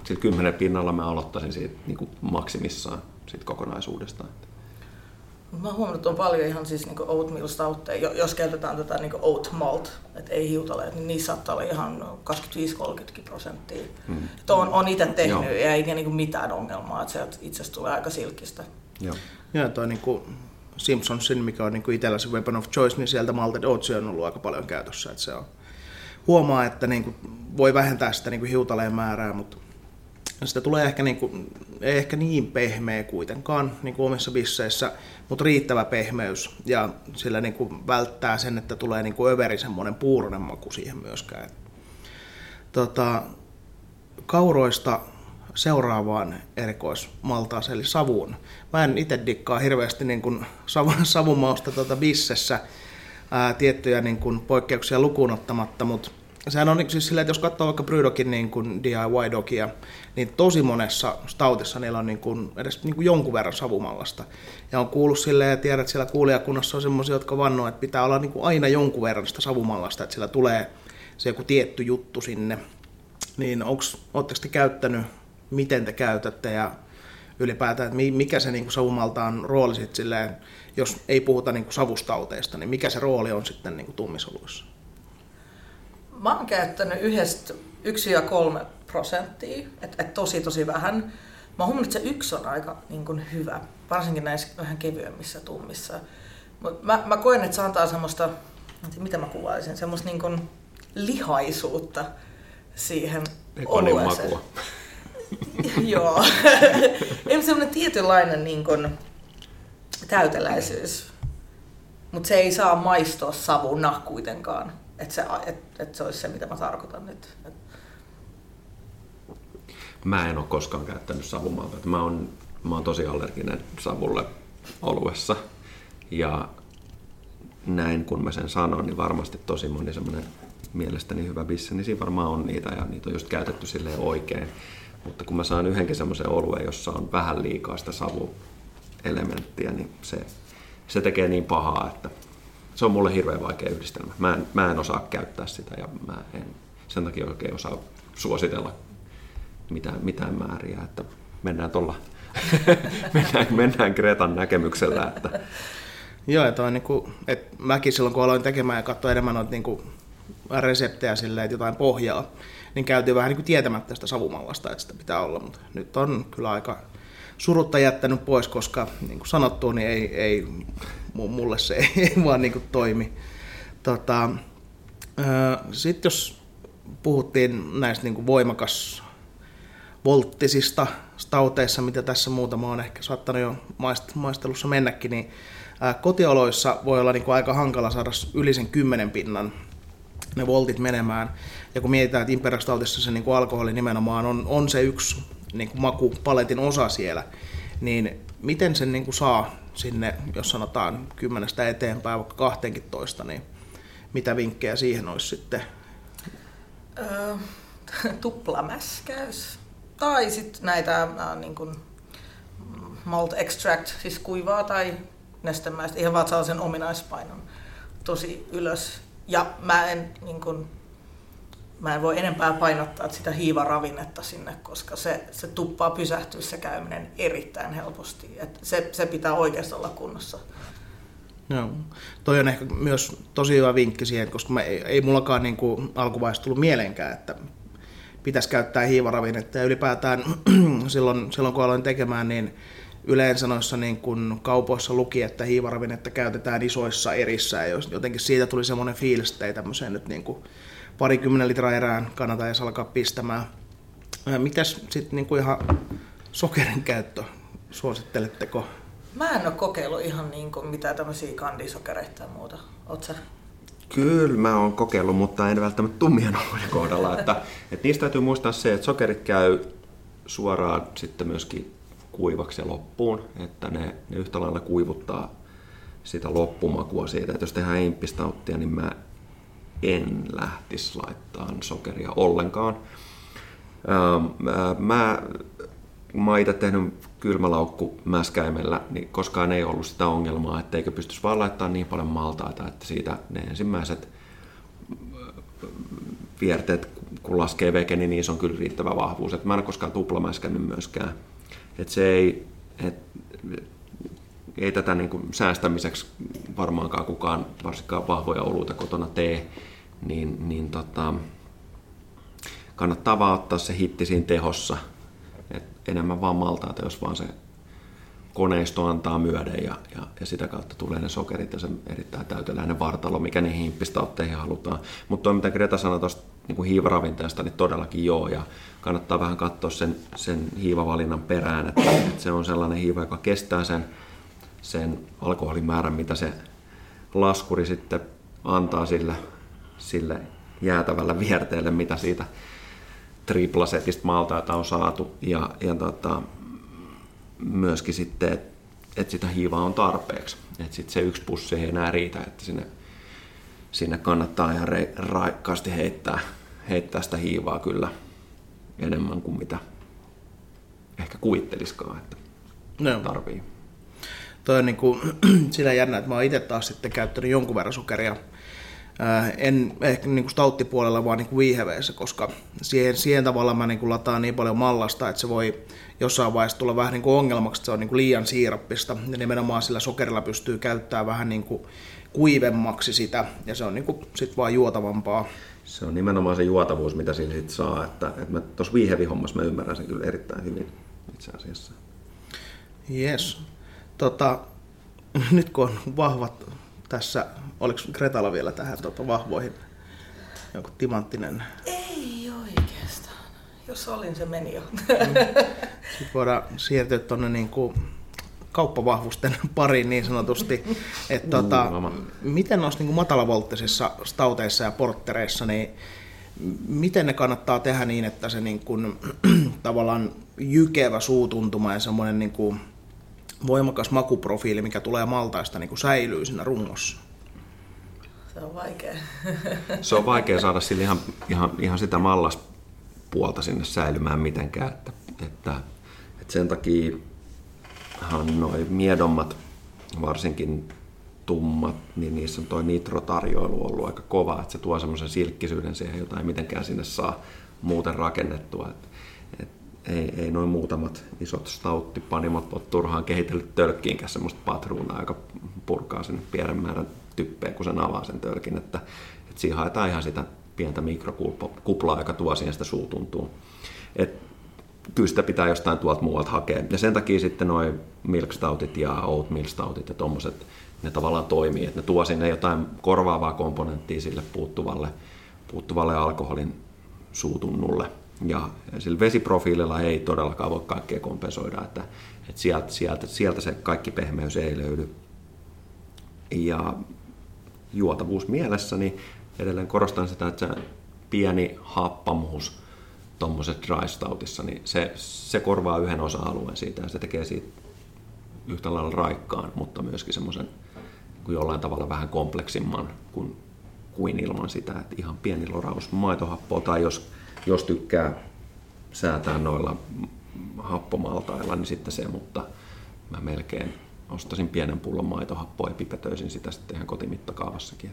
sillä kymmenen pinnalla mä aloittaisin siitä niin kuin maksimissaan siitä kokonaisuudestaan. Mä oon huomannut, että on paljon ihan siis niinku oatmeal stoutteja, jos käytetään tätä niinku oat malt, että ei hiutaleet, niin niissä saattaa olla ihan kaksikymmentäviisi kolmekymmentä prosenttia. Hmm. On, on itse tehnyt Joo. ja ei niinku mitään ongelmaa, että se itse asiassa tulee aika silkistä. Joo, ja toi niinku Simpsonsin, mikä on niinku itsellä se weapon of choice, niin sieltä malted oats on ollut aika paljon käytössä. Että se on, huomaa, että niinku voi vähentää sitä niinku hiutaleen määrää, mutta sitä tulee ehkä, niinku, ei ehkä niin pehmeä kuitenkaan niinku omissa bisseissä, mutta riittävä pehmeys ja sillä niinku välttää sen, että tulee niinku överi semmoinen puuroinen maku siihen myöskään. Tota, kauroista seuraavaan erikoismaltaaseen eli savuun. Mä en itse dikkaa hirveästi niinku savumausta tuota bissessä ää, tiettyjä niinku poikkeuksia lukuun ottamatta, mutta sehän on siis silleen, että jos katsoo vaikka Brewdogin niin kuin D I Y-dogia, niin tosi monessa stoutissa niillä on niin kuin edes niin kuin jonkun verran savumallasta. Ja on kuullut silleen, ja tiedät, että siellä kuulijakunnassa on semmoisia, jotka vannoo, että pitää olla niin kuin aina jonkun verran sitä savumallasta, että siellä tulee se joku tietty juttu sinne. Niin ootteko te käyttänyt, miten te käytätte ja ylipäätään, että mikä se niin kuin savumaltaan rooli sitten silleen, jos ei puhuta niin kuin savustauteista, niin mikä se rooli on sitten niin kuin tummisoluissa? Mä oon käyttänyt yhdestä yksi ja kolme prosenttia, että et tosi tosi vähän. Mä oon huomannut, että se yksi on aika niin kun, hyvä, varsinkin näissä vähän kevyemmissä tummissa. Mut mä, mä koen, että se antaa semmoista, mitä mä kuvaisin, semmoista niin kun, lihaisuutta siihen olueeseen. Makua. Joo. Ei semmoinen tietynlainen niin kun, täyteläisyys, mutta se ei saa maistua savuna kuitenkaan. Että se, et, et se olisi se, mitä mä tarkoitan nyt. Et. Mä en ole koskaan käyttänyt savumalta. Mä oon, mä oon tosi allerginen savulle oluessa. Ja näin kun mä sen sanon, niin varmasti tosi moni semmoinen mielestäni hyvä bisse, niin siinä varmaan on niitä ja niitä on just käytetty silleen oikein. Mutta kun mä saan yhdenkin semmoisen oluen, jossa on vähän liikaa sitä savuelementtiä, niin se, se tekee niin pahaa, että se on mulle hirveän vaikea yhdistelmä. Mä en, mä en osaa käyttää sitä ja mä en sen takia oikein osaa suositella mitään, mitään määriä. Että mennään tuolla, mennään, mennään Gretan näkemyksellä. Että. Joo, että on niinku, että mäkin silloin kun aloin tekemään ja katsoin enemmän noita niinku reseptejä silleen, että jotain pohjaa, niin käytiin vähän niinku tietämättä sitä savumallasta, että sitä pitää olla, mutta nyt on kyllä aika surutta jättänyt pois, koska niin kuin sanottu, niin ei, ei, mulle se ei, ei vaan niin kuin toimi. Tota, sitten jos puhuttiin näistä niin kuin voimakas volttisista stauteissa, mitä tässä muutama on ehkä saattanut jo maistelussa mennäkin, niin kotioloissa voi olla niin kuin aika hankala saada yli sen kymmenen pinnan ne voltit menemään. Ja kun mietitään, että Imperial Stoutissa se niin kuin alkoholi nimenomaan on, on se yksi niin kuin makupaletin osa siellä, niin miten sen niin kuin saa sinne, jos sanotaan kymmenestä eteenpäin, vaikka kahteentoista, niin mitä vinkkejä siihen olisi sitten? Öö, tuplamäskäys. Tai sitten näitä äh, niin kuin malt extract, siis kuivaa tai nestemäistä, ihan vaan saa sen ominaispainon tosi ylös. Ja mä en, niin kuin, mä en voi enempää painottaa sitä hiivaravinnetta sinne, koska se, se tuppaa pysähtyä se käyminen erittäin helposti. Et se, se pitää oikeasti olla kunnossa. Joo. Toi on ehkä myös tosi hyvä vinkki siihen, koska mä, ei, ei mullakaan niin kuin alkuvaiheessa tullut mieleenkään, että pitäisi käyttää hiivaravinnetta. Ja ylipäätään silloin, silloin kun aloin tekemään, niin yleensä noissa niin kun kaupoissa luki, että hiivaravinnetta käytetään isoissa erissä. Ja jotenkin siitä tuli semmoinen fiilis, että ei tämmöiseen nyt niin kuin parikymmenen litraa erään kannata edes alkaa pistämään. Mitäs sitten niin kuin ihan sokerin käyttö? Suositteletteko? Mä en ole kokeillut ihan niin kuin mitään tämmöisiä kandisokereita ja muuta. Oot sä? Kyllä mä oon kokeillut, mutta en välttämättä tummien oluiden kohdalla. Että, että niistä täytyy muistaa se, että sokerit käy suoraan sitten myöskin kuivaksi ja loppuun. Että ne, ne yhtä lailla kuivuttaa sitä loppumakua siitä. Että jos tehdään imppistauttia, niin mä en lähtisi laittaa sokeria ollenkaan. Mä, mä oon itse tehnyt kylmälaukku mäskäimellä, niin koskaan ei ollut sitä ongelmaa, etteikö pystyisi vaan laittamaan niin paljon maltaita, että siitä ne ensimmäiset vierteet kun laskee veke, niin niissä on kyllä riittävä vahvuus. Et mä en ole koskaan tuplamäskännyt myöskään. Et se ei, et, ei tätä niin kuin säästämiseksi varmaankaan kukaan, varsinkaan vahvoja oluita kotona tee, niin, niin tota, kannattaa vaan ottaa se hitti siinä tehossa. Et enemmän vaan maltaita, jos vaan se koneisto antaa myöden ja, ja, ja sitä kautta tulee ne sokerit ja se erittäin täyteläinen vartalo, mikä niihin himppistautteihin halutaan. Mutta tuo, mitä Greta sanoi tuosta niin hiivaravinteesta, niin todellakin joo. Ja kannattaa vähän katsoa sen, sen hiivavalinnan perään, että, että se on sellainen hiiva, joka kestää sen, sen alkoholimäärän, mitä se laskuri sitten antaa sille, sille jäätävällä vierteelle, mitä siitä triplasetista maltaita on saatu. Ja, ja tota, myöskin sitten, että et sitä hiivaa on tarpeeksi. Että sitten se yksi pussi ei enää riitä, että sinne, sinne kannattaa ihan re, raikkaasti heittää, heittää sitä hiivaa kyllä enemmän kuin mitä ehkä kuvitteliskaan, että no. tarvii. Toi on niin kuin, sillä jännä, että mä oon itse taas sitten käyttänyt jonkun verran sokeria. En ehkä niin kuin stauttipuolella, vaan niin kuin viiheveissä, koska siihen, siihen tavalla mä niin kuin lataan niin paljon mallasta, että se voi jossain vaiheessa tulla vähän niin kuin ongelmaksi, että se on niin kuin liian siirappista. Ja nimenomaan sillä sokerilla pystyy käyttämään vähän niin kuin kuivemmaksi sitä, ja se on niin kuin sit vaan juotavampaa. Se on nimenomaan se juotavuus, mitä sillä sit saa. Että, että tuossa viihevihommassa mä ymmärrän sen kyllä erittäin hyvin itse asiassa. Jes. Tota, nyt kun on vahvat tässä, oliko Gretalla vielä tähän tuota, vahvoihin joku timanttinen? Ei oikeastaan. Jos olin, se meni jo. Sitten voidaan siirtyä tuonne niin kuin kauppavahvusten pariin niin sanotusti. Et, tota, miten noissa niin kuin matalavolttisissa stauteissa ja porttereissa, niin miten ne kannattaa tehdä niin, että se niin kuin, tavallaan jykevä suutuntuma ja semmoinen niin kuin voimakas makuprofiili, mikä tulee maltaista, niin kuin säilyy siinä rungossa? Se on vaikea. Se on vaikea saada sille ihan, ihan, ihan sitä mallaspuolta sinne säilymään mitenkään. Että, että, että sen takiahan noi miedommat, varsinkin tummat, niin niissä on toi nitrotarjoilu ollut aika kova, että se tuo semmoisen silkkisyyden siihen, jota ei mitenkään sinne saa muuten rakennettua. Että, että ei, ei noin muutamat isot stauttipanimot ole turhaan kehitellyt tölkkiinkään semmoista patruunaa, joka purkaa sinne pienen määrän typpeä, kun sen avaa sen tölkin. Että, että siihen haetaan ihan sitä pientä mikrokuplaa, joka tuo siihen sitä suutuntua. Et kyllä sitä pitää jostain tuolta muualta hakea. Ja sen takia sitten nuo milk-stoutit ja oatmeal-stoutit ja tommoset, ne tavallaan toimii, että ne tuo sinne jotain korvaavaa komponenttia sille puuttuvalle, puuttuvalle alkoholin suutunnulle. Ja sillä vesiprofiililla ei todellakaan voi kaikkea kompensoida, että, että sieltä, sieltä, sieltä se kaikki pehmeys ei löydy. Ja juotavuus mielessä, niin edelleen korostan sitä, että se pieni happamuus tuommoisessa dry stoutissa, niin se, se korvaa yhden osa-alueen siitä ja se tekee siitä yhtä lailla raikkaan, mutta myöskin semmoisen jollain tavalla vähän kompleksimman kuin, kuin ilman sitä, että ihan pieni loraus maitohappoa tai jos Jos tykkää säätää noilla happomaltailla, niin sitten se, mutta mä melkein ostasin pienen pullon maitohappoa ja pipetöisin sitä sitten ihan kotimittakaavassakin.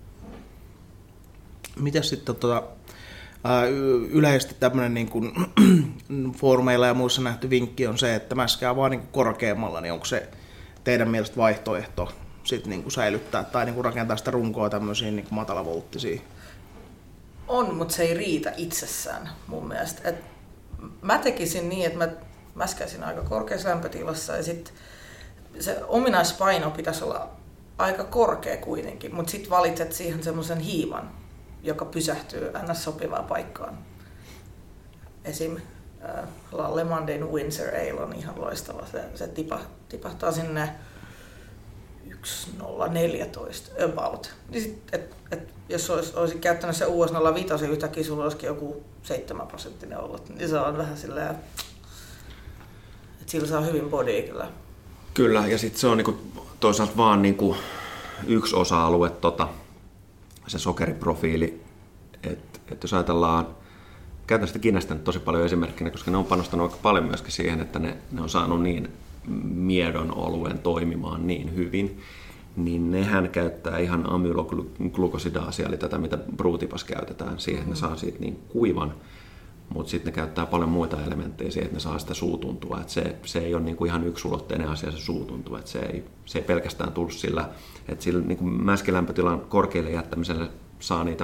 Mitäs sitten tota, yleisesti tämmöinen niin kuin foorumeilla ja muissa nähty vinkki on se, että mäskää vaan niin kuin korkeammalla, niin onko se teidän mielestä vaihtoehto sit niin kuin säilyttää tai niin kuin rakentaa sitä runkoa tämmöisiin niin kuin matalavolttisiin? On, mutta se ei riitä itsessään mun mielestä. Et mä tekisin niin, että mä mäskäisin aika korkeassa lämpötilassa ja sit se ominaispaino pitäisi olla aika korkea kuitenkin, mutta sitten valitset siihen semmoisen hiivan, joka pysähtyy ns. Sopivaan paikkaan. Esim. Äh, La Le Mondain Windsor Ale on ihan loistava. Se, se tipa, tipahtaa sinne yksi pilkku nolla neljätoista about. Niin sit, et, et, jos olisi, olisi käyttänyt se U S nolla viisi, yhtäkkiä sulla olisikin joku seitsemän prosenttinen ollut, niin se on vähän silleen, että sillä saa hyvin bodia kyllä. Kyllä, ja sitten se on niinku toisaalta vaan niinku yksi osa-alue, tota, se sokeriprofiili. Et, et jos ajatellaan, käytän sitä Kiinasta nyt tosi paljon esimerkkinä, koska ne on panostanut aika paljon myöskin siihen, että ne, ne on saanut niin miedon oluen toimimaan niin hyvin, niin nehän käyttää ihan amyloglukosidaasia, eli tätä mitä Brewtipas käytetään siihen, että ne saa siitä niin kuivan, mutta sitten ne käyttää paljon muita elementtejä siihen, että ne saa sitä suutuntua. Et se, se ei ole niinku ihan yksulotteinen asia se suutuntu, et se, ei, se ei pelkästään tullut sillä, että sillä niinku mäskilämpötilan korkealle jättämisellä saa niitä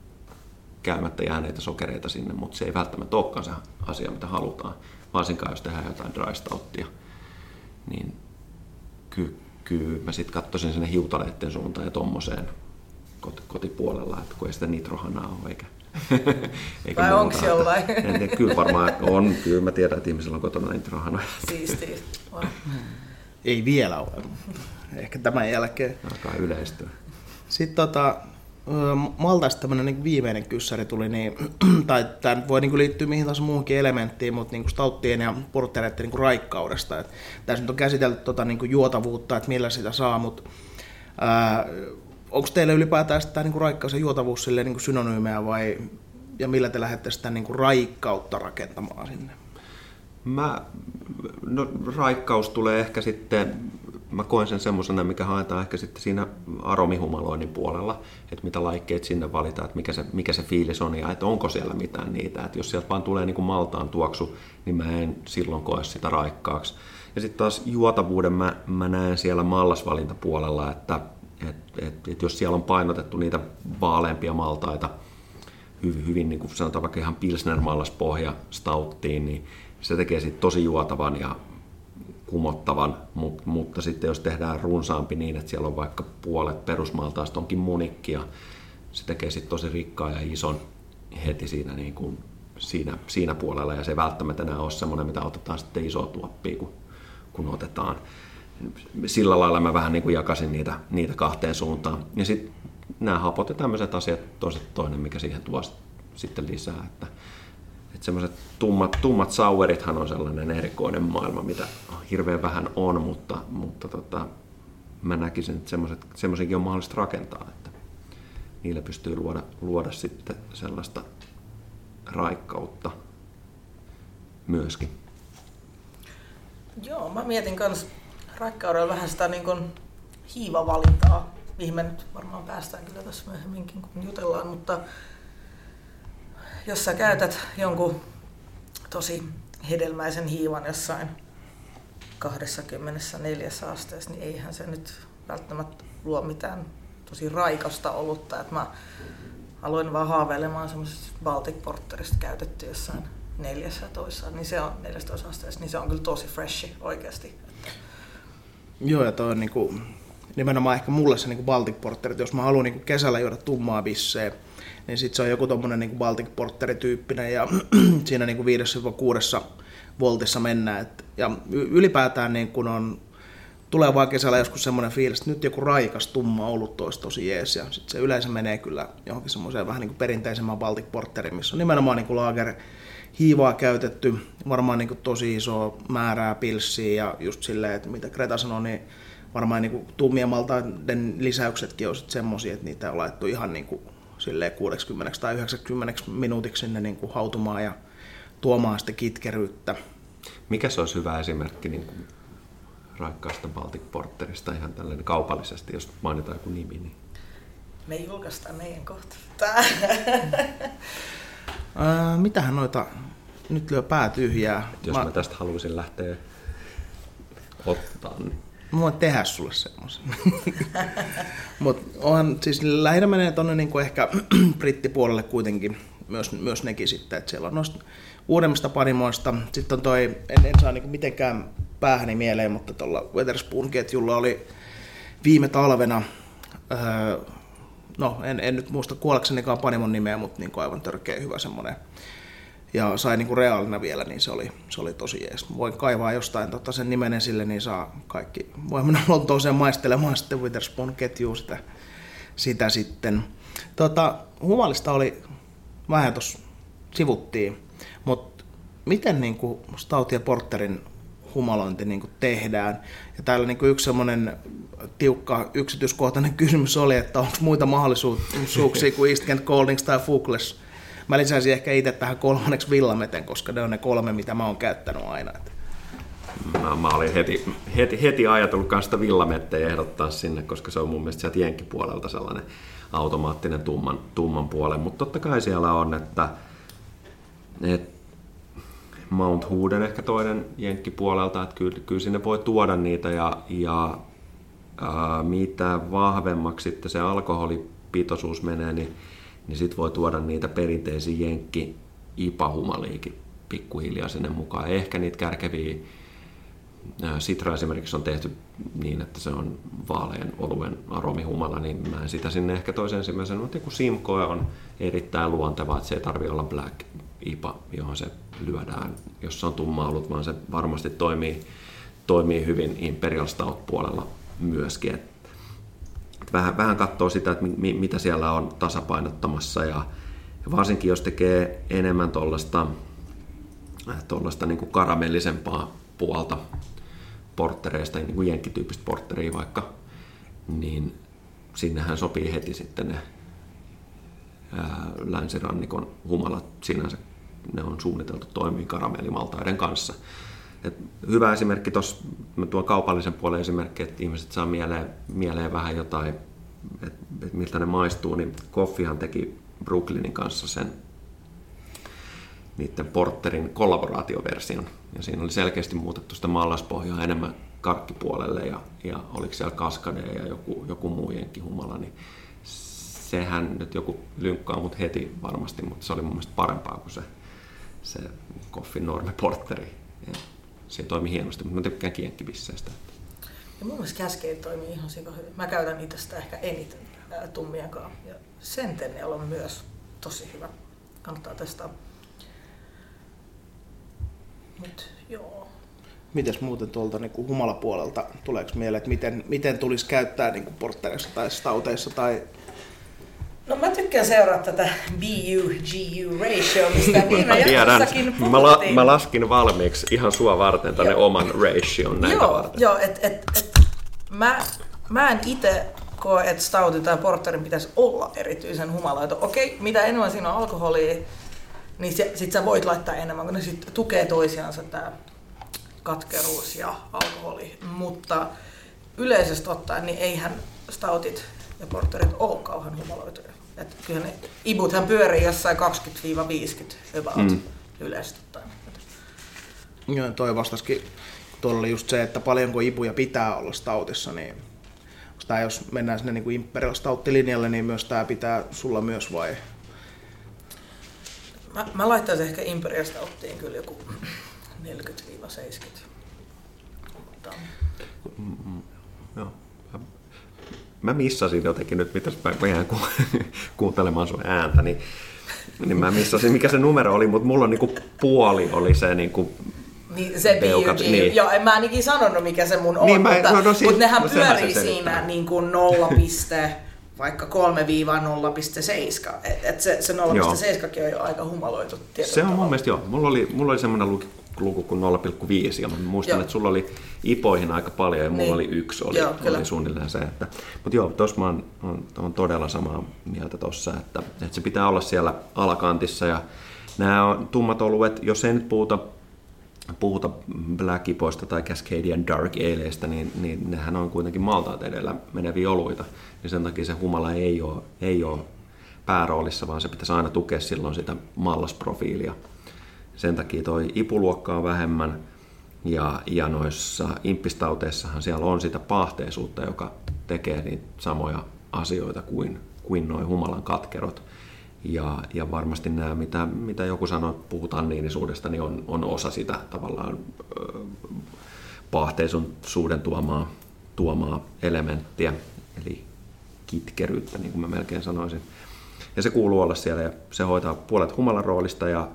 käymättä jääneitä sokereita sinne, mutta se ei välttämättä olekaan se asia, mitä halutaan, varsinkaan jos tehdään jotain dry stouttia. Niin ky, kyllä mä sitten katsoisin sinne hiutaleiden suuntaan ja tommoseen kot, kotipuolella, että kun ei sitä nitrohanaa ole eikä eikä vai onko se jollain? Kyllä varmaan on, kyllä mä tiedän, että ihmisillä on kotona nitrohanoja. Siistiä. Wow. Ei vielä ole, ehkä tämän jälkeen. Alkaa yleistyä. Sitten tota, Maltaista tämmöinen niin viimeinen kyssäri tuli, niin, tai tämä voi niin liittyä mihin tahansa muuhunkin elementtiin, mutta niin stouttien ja portereiden niin raikkaudesta. Et tässä nyt on käsitelty tota, niin juotavuutta, että millä sitä saa, mutta ää, onko teillä ylipäätään tämä niin raikkaus ja juotavuus silleen, niin synonyymejä vai, ja millä te lähdette sitä niin raikkautta rakentamaan sinne? Mä, no, raikkaus tulee ehkä sitten, mä koen sen semmoisena, mikä haetaan ehkä sitten siinä aromihumaloinnin puolella, että mitä laikkeet sinne valitaan, että mikä se, mikä se fiilis on ja että onko siellä mitään niitä. Että jos sieltä vaan tulee niin kuin maltaan tuoksu, niin mä en silloin koe sitä raikkaaksi. Ja sitten taas juotavuuden mä, mä näen siellä mallasvalintapuolella, että et, et, et jos siellä on painotettu niitä vaaleampia maltaita, hyvin, hyvin niin kuin sanotaan vaikka ihan pilsner-mallaspohja stouttiin, niin se tekee sitten tosi juotavan ja kumottavan, mutta, mutta sitten jos tehdään runsaampi niin, että siellä on vaikka puolet perusmaltaista onkin munikkia, se tekee sitten tosi rikkaan ja ison heti siinä, niin kuin, siinä, siinä puolella, ja se ei välttämättä enää ole semmoinen, mitä otetaan sitten isoa tuoppia, kun, kun otetaan. Sillä lailla mä vähän niin kuin jakasin niitä, niitä kahteen suuntaan. Ja sitten nämä hapot ja tämmöiset asiat, toiset toinen, mikä siihen tuo sitten lisää. Että, että semmoiset tummat, tummat sauerithan on sellainen erikoinen maailma, mitä hirveän vähän on, mutta, mutta tota, mä näkisin, että semmoisenkin on mahdollista rakentaa, että niillä pystyy luoda, luoda sitten sellaista raikkautta myöskin. Joo, mä mietin kans raikkaudella vähän sitä niin kuin hiivavalintaa, mihin me nyt varmaan päästään kyllä tässä myöhemminkin, kun jutellaan, mutta jos sä käytät jonkun tosi hedelmäisen hiivan jossain kaksikymmentäneljä asteessa, niin eihän se nyt välttämättä luo mitään tosi raikasta olutta. Et mä aloin vaan haaveilemaan semmoisesta Baltic Porterista käytetty jossain neljätoista, niin se on neljätoista asteessa, niin se on kyllä tosi freshi oikeasti. Joo, ja toi on niinku, nimenomaan ehkä mulle se niinku Baltic Porter, että jos mä haluan niinku kesällä juoda tummaa bisseä, niin sit se on joku tommonen niinku Baltic Porter-tyyppinen, ja siinä niinku viidestä kuuteen voltissa mennään. Et, ja ylipäätään niin kun on, tulee vaan kesällä joskus semmoinen fiilis, että nyt joku raikas tumma olut olisi tosi jees, ja sit se yleensä menee kyllä johonkin semmoiseen vähän niinku perinteisemmään Baltic Porteriin, missä on nimenomaan niinku lager hiivaa käytetty, varmaan niinku tosi iso määrää pilssiä, ja just silleen, että mitä Greta sanoi, niin varmaan niinku tummien maltaiden lisäyksetkin on semmoisia, että niitä on laittu ihan niinku silleen kuusikymmentä tai yhdeksänkymmentä minuutiksi sinne niinku hautumaan ja tuomaan sitä kitkeryyttä. Mikä se olisi hyvä esimerkki niin kuin raikkaasta Baltic Porterista ihan tällainen kaupallisesti, jos mainitaan joku nimi? Niin... Me julkaistaan meidän kohta. Ää, mitähän noita nyt lyö pää tyhjää? Jos mä, mä tästä haluaisin lähteä ottaa. Niin... Mä voin tehdä sulle semmoisen. Mutta onhan siis lähinnä menee tonne niinku ehkä brittipuolelle kuitenkin myös, myös nekin sitten, että siellä on noista uudemmista panimoista. Sitten on toi, en, en saa niinku mitenkään päähäni mieleen, mutta tuolla Wetherspoon-ketjulla oli viime talvena, öö, no en, en nyt muista kuollaksenikaan panimon nimeä, mutta niinku aivan törkeä hyvä semmoinen. Ja sai niinku reaalina vielä, niin se oli, se oli tosi jees. Voin kaivaa jostain tota sen nimen esille, niin saa kaikki. Voi mennä Lontooseen maistelemaan sitten Witherspoon-ketjuun sitä, sitä sitten. Tota, humalista oli, vähän tuossa sivuttiin, mutta miten niinku Stout ja Porterin humalointi niinku tehdään? Ja täällä niinku yksi semmoinen tiukka yksityiskohtainen kysymys oli, että onko muita mahdollisuuksia kuin East Kent Goldings tai Fugless. Mä lisäisin ehkä itse tähän kolmanneksi Villameten, koska ne on ne kolme, mitä mä oon käyttänyt aina. Mä, mä olin heti, heti, heti ajatellut kanssa sitä villamettejä ehdottaa sinne, koska se on mun mielestä sieltä jenkkipuolelta sellainen automaattinen tumman, tumman puolen. Mutta totta kai siellä on, että, että Mount Hooden ehkä toinen jenkkipuolelta, että kyllä, kyllä sinne voi tuoda niitä ja, ja ää, mitä vahvemmaksi sitten se alkoholipitoisuus menee, niin, niin sitten voi tuoda niitä perinteisiä jenkki I P A-humaliikin pikkuhiljaa sinne mukaan. Ehkä niitä kärkeviä Sitra esimerkiksi on tehty niin, että se on vaalean oluen aromihumala, niin mä en sitä sinne ehkä toisen ensimmäisen, mutta joku Simcoe on erittäin luonteva, että se ei tarvitse olla Black I P A, johon se lyödään, jos se on tumma olut, vaan se varmasti toimii, toimii hyvin Imperial Stout-puolella myöskin. Et, et vähän, vähän katsoo sitä, että mi, mitä siellä on tasapainottamassa ja, ja varsinkin jos tekee enemmän tuollaista tuollaista niin kuin karamellisempaa puolta porttereista, niin kuin jenkkityyppistä portteria vaikka, niin sinnehän sopii heti sitten ne ää, länsirannikon humalat. Sinänsä ne on suunniteltu toimii karamellimaltaiden kanssa. Et hyvä esimerkki tuossa, tuon kaupallisen puolen esimerkki, että ihmiset saa mieleen, mieleen vähän jotain, että et miltä ne maistuu, niin Coffeehan teki Brooklynin kanssa sen niiden porterin kollaboraatioversion. Ja siinä oli selkeästi muutettu sitä mallaspohjaa enemmän karkkipuolelle ja, ja oliko siellä Cascade ja joku, joku muu jenkkihumala, niin sehän nyt joku lynkkaa mut heti varmasti, mutta se oli mun mielestä parempaa kuin se, se Coffee Norme porteri. Ja se toimi hienosti, mutta mä tykkään jenkkibisseistä. Ja mun mielestä Cascade toimii ihan sika hyvin. Mä käytän niitä sitä ehkä eniten tummiakaan. Ja Centennial on myös tosi hyvä. Kannattaa testaa. Mut, joo. Mites muuten tuolta niin kuin humalapuolelta tuleeko mieleen, että miten, miten tulisi käyttää niin kuin porttereissa tai stouteissa? Tai... No mä tykkään seurata tätä B U G U ratio, mistä viime jaksossakin puhuttiin. Mä, la, mä laskin valmiiksi ihan sua varten tänne joo. oman ration näitä joo, varten. Joo, et, et, et, mä, mä en itse koe, että stoutin tai porterin pitäisi olla erityisen humalaita. Okei, mitä enemmän siinä on alkoholia, niin se, sit sä voit laittaa enemmän, kun ne sit tukee toisiansa tää katkeruus ja alkoholi. Mutta yleisesti ottaen, niin eihän stoutit ja porterit ole kauhean humaloituja. Et kyllä ne ibuthan pyörii jossain kaksikymmentä viisikymmentä about mm. yleisesti ottaen. Joo, toi vastasikin. Tuolla oli just se, että paljonko ibuja pitää olla stoutissa, niin tää, jos mennään sinne niin kuin Imperial Stout-linjalle, niin myös tää pitää sulla myös vai? Mä, mä laittaisin ehkä Imperial Stouttiin kyllä joku neljäkymmentä seitsemänkymmentä. Mutta... Mm, joo. Mä missasin jotenkin nyt, mitäs mä jään ku, kuuntelemaan sun ääntä, niin, niin mä missasin mikä se numero oli, mutta mulla on niinku puoli oli se niinku niin, se B U G, niin. Joo, en mä ainakin sanonut mikä se mun on, niin, mutta, mä, no, no, mutta nehän no, pyörii siinä niin kuin nolla, vaikka kolme nolla pilkku seitsemän. Et, et se, se nolla pilkku seitsemän on jo aika humaloitu. Se on mun mielestä joo. Mulla oli, mulla oli semmoinen luku, luku kuin nolla pilkku viisi ja mä muistan, joo. että sulla oli ipoihin aika paljon ja mulla niin. oli yksi, oli, joo, oli suunnilleen se. Että, mutta joo, tossa mä oon, on, on todella samaa mieltä tossa, että, että se pitää olla siellä alakantissa ja nämä on tummat oluet, jos ei nyt puhuta puhuta Black Ipoista tai Cascadian Dark Aleista, niin, niin nehän on kuitenkin maltaat edellä meneviä oluita. Ja sen takia se humala ei ole, ei ole pääroolissa, vaan se pitäisi aina tukea silloin sitä mallasprofiilia. Sen takia toi ipuluokka on vähemmän. Ja, ja noissa imppistauteissahan siellä on sitä paahteisuutta, joka tekee niitä samoja asioita kuin, kuin noi humalan katkerot. Ja, ja varmasti nämä, mitä, mitä joku sanoi, että puhutaan niinisuudesta, niin on, on osa sitä tavallaan ö, paahteisuuden tuomaa, tuomaa elementtiä, eli kitkeryyttä, niin kuin mä melkein sanoisin. Ja se kuuluu olla siellä, ja se hoitaa puolet humalan roolista, ja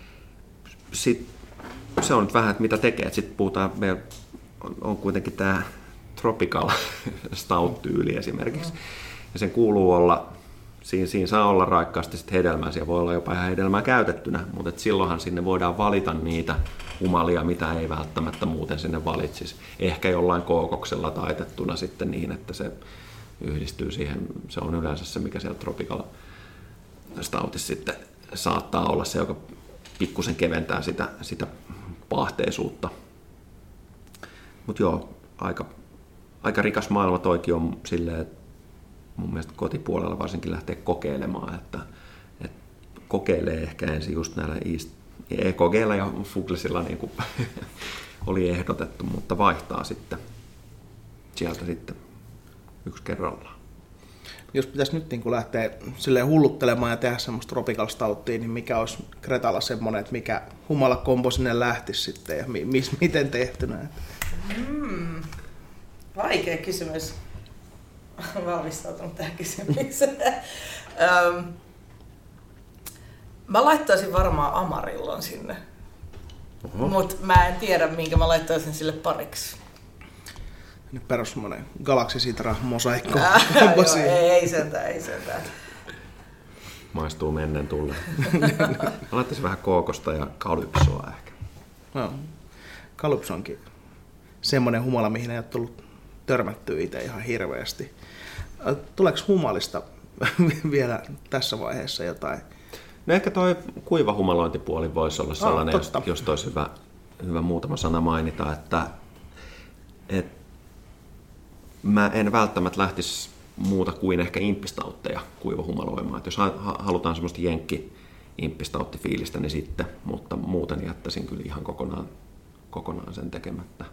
sit se on nyt vähän, että mitä tekee. Sitten puhutaan, meillä on, on kuitenkin tämä tropical stout-tyyli esimerkiksi, ja sen kuuluu olla... Siinä, siinä saa olla raikkaasti sit hedelmää, siellä voi olla jopa ihan hedelmää käytettynä, mutta et silloinhan sinne voidaan valita niitä humalia, mitä ei välttämättä muuten sinne valitsisi. Ehkä jollain kookoksella taitettuna sitten niin, että se yhdistyy siihen, se on yleensä se, mikä siellä tropical stoutissa sitten saattaa olla se, joka pikkusen keventää sitä, sitä paahteisuutta. Mutta joo, aika, aika rikas maailma toikin on silleen, että mun mielestä kotipuolella varsinkin lähtee kokeilemaan, että, että kokeilee ehkä ensin just näillä E K G:llä ja Fuglesilla niin kuin oli ehdotettu, mutta vaihtaa sitten sieltä sitten yksi kerrallaan. Jos pitäisi nyt niin lähteä silleen hulluttelemaan ja tehdä semmoista tropical stouttia, niin mikä olisi Kretalla semmoinen, että mikä humalakombo sinne lähtisi sitten ja mi- mis- miten tehtynä? Mm, vaikea kysymys. Valmistautunut tähän kysymykseen. Öm, mä laittaisin varmaan Amarillon sinne, mutta mä en tiedä minkä mä laittaisin sille pariksi. Perus semmoinen Galaxy Citra mosaikko. ei, ei sentään, ei sentään. Maistuu mennen tulle. Mä laittaisin vähän kookosta ja kalypsoa ehkä. No, kalypso onkin semmoinen humala, mihin ei ole tullut törmättyä itse ihan hirveästi. Tuleeko humalista vielä tässä vaiheessa jotain? No ehkä toi kuiva humalointipuoli voisi olla sellainen, oh, jos, jos olisi hyvä, hyvä muutama sana mainita, että et, mä en välttämättä lähtisi muuta kuin ehkä imppistautteja kuivahumaloimaan. Et jos halutaan semmoista jenkki-imppistauttifiilistä, niin sitten, mutta muuten jättäisin kyllä ihan kokonaan, kokonaan sen tekemättä.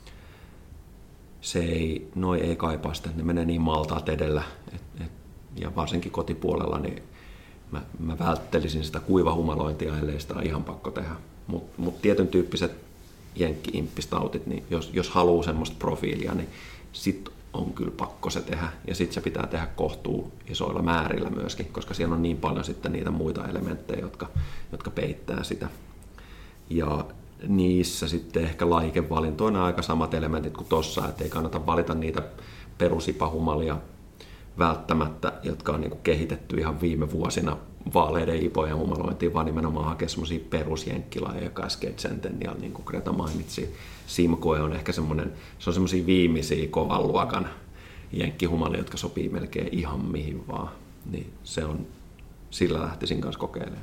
Se ei, noi ei kaipaa sitä, että ne menee niin maltaat edellä, et, et, ja varsinkin kotipuolella, niin mä, mä välttelisin sitä kuivahumalointia, ellei sitä ole ihan pakko tehdä. Mutta mut tietyn tyyppiset jenkki-imppistautit, niin jos, jos haluaa semmoista profiilia, niin sit on kyllä pakko se tehdä. Ja sit se pitää tehdä kohtuu isoilla määrillä myöskin, koska siellä on niin paljon sitten niitä muita elementtejä, jotka, jotka peittää sitä. Ja niissä sitten ehkä laikevalintoina on aika samat elementit kuin tossa, että ei kannata valita niitä perusipahumalia välttämättä, jotka on niinku kehitetty ihan viime vuosina vaaleiden ipojen humalointiin, vaan nimenomaan hakea semmoisia perusjenkkilajeja, Cascade Centennial, niin kuin Greta mainitsi. Simcoe on ehkä semmoinen, se on semmoisia viimeisiä kovan luokan jenkkihumalia, jotka sopii melkein ihan mihin vaan. Niin se on, sillä lähtisin kanssa kokeilemaan.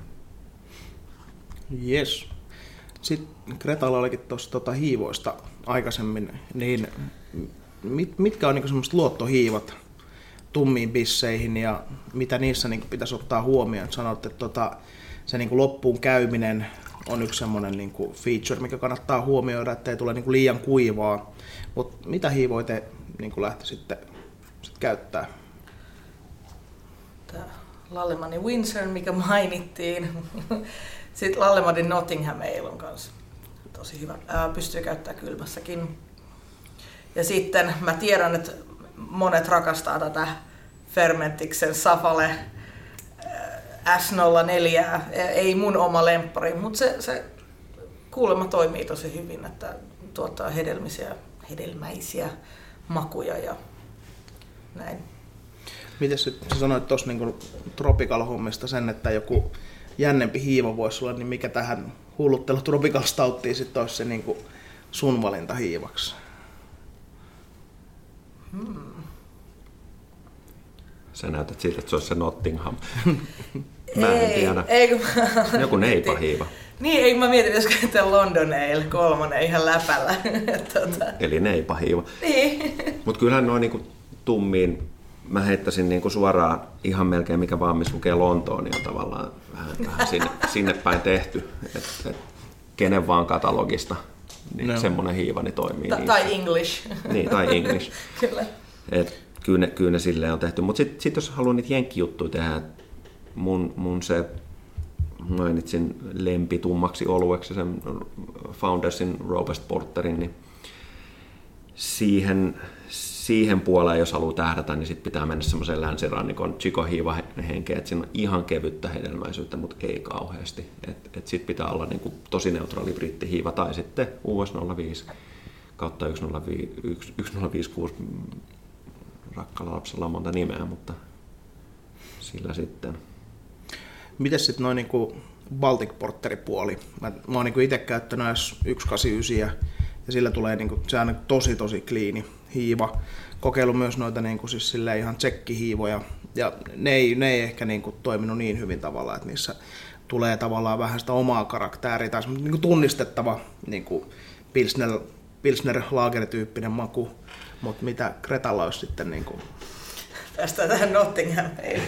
Yes. Sitten Gretalla olikin tuossa tota hiivoista aikaisemmin, niin mit, mitkä on niinku semmoiset luottohiivat tummiin bisseihin ja mitä niissä niinku pitäisi ottaa huomioon? Sanoit, että tota, se niinku loppuun käyminen on yksi semmoinen niinku feature, mikä kannattaa huomioida, ettei tule niinku liian kuivaa. Mutta mitä hiivoja te niinku lähtisitte sit käyttää? Tämä Lallemanin Windsor, mikä mainittiin. Sitten Lallemanin Nottingham Ale on kanssa tosi hyvä. Ää, pystyy käyttämään kylmässäkin. Ja sitten mä tiedän, että monet rakastaa tätä Fermentiksen Safale S nolla neljä. Ei mun oma lemppari, mutta se, se kuulemma toimii tosi hyvin, että tuottaa hedelmisiä, hedelmäisiä makuja ja näin. Miten sä sanoit tuossa niinku tropical-hommista sen, että joku jännempi hiiva voisi olla, niin mikä tähän hulluttelu tropical stouttiin sitten olisi se niinku sun valinta hiivaksi? Hmm. Sä näytät siltä, että se olisi se Nottingham. Mä ei, en tiedä. Ei, joku neipahiiva. Niin, ei mä mietin, jos käytetään London Ale kolmonen ihan läpällä. tota. Eli neipahiiva. Niin. Mutta kyllähän noin niinku tummiin, mä heittäisin niinku suoraan ihan melkein mikä vaan, missä lukee Lontoon, niin on tavallaan vähän, vähän sinne, sinne päin tehty. Et, et, kenen vaan katalogista, niin no. semmoinen hiiva niin toimii. Ta- tai English. Niin, tai English. Kyllä. Et, kyllä, ne, kyllä ne silleen on tehty. Mutta sitten sit jos haluaa niitä jenkkijuttuja tehdä, mun, mun se mainitsin lempitummaksi olueksi sen Foundersin Robust Porterin, niin siihen, siihen puoleen, jos haluaa tähdätä, niin sit pitää mennä semmoiseen länsirannikon Chico-hiiva-henkeen, että siinä on ihan kevyttä hedelmäisyyttä, mutta ei kauheasti. Et, et sit pitää olla niinku tosi neutraali brittihiiva tai sitten U S nolla viisi kautta yksi nolla viisi kuusi. Rakkalla lapsella on monta nimeä, mutta sillä sitten. Mites sitten noin niinku Baltic Porteri-puoli? Mä, mä oon niinku itse käyttänyt yksi kahdeksankymmentäyhdeksän ja sillä tulee niinku, se on tosi tosi kliini hiiva. Kokeillut myös noita niinku siis ihan tsekkihiivoja ja ne ei, ne ei ehkä niinku toiminut niin hyvin tavallaan, että niissä tulee tavallaan vähän sitä omaa karaktääriä tai niinku tunnistettava niinku Pilsner Pilsner-laagerityyppinen maku, mutta mitä Kretalla olisi sitten niin kuin... Päästään tähän Nottingham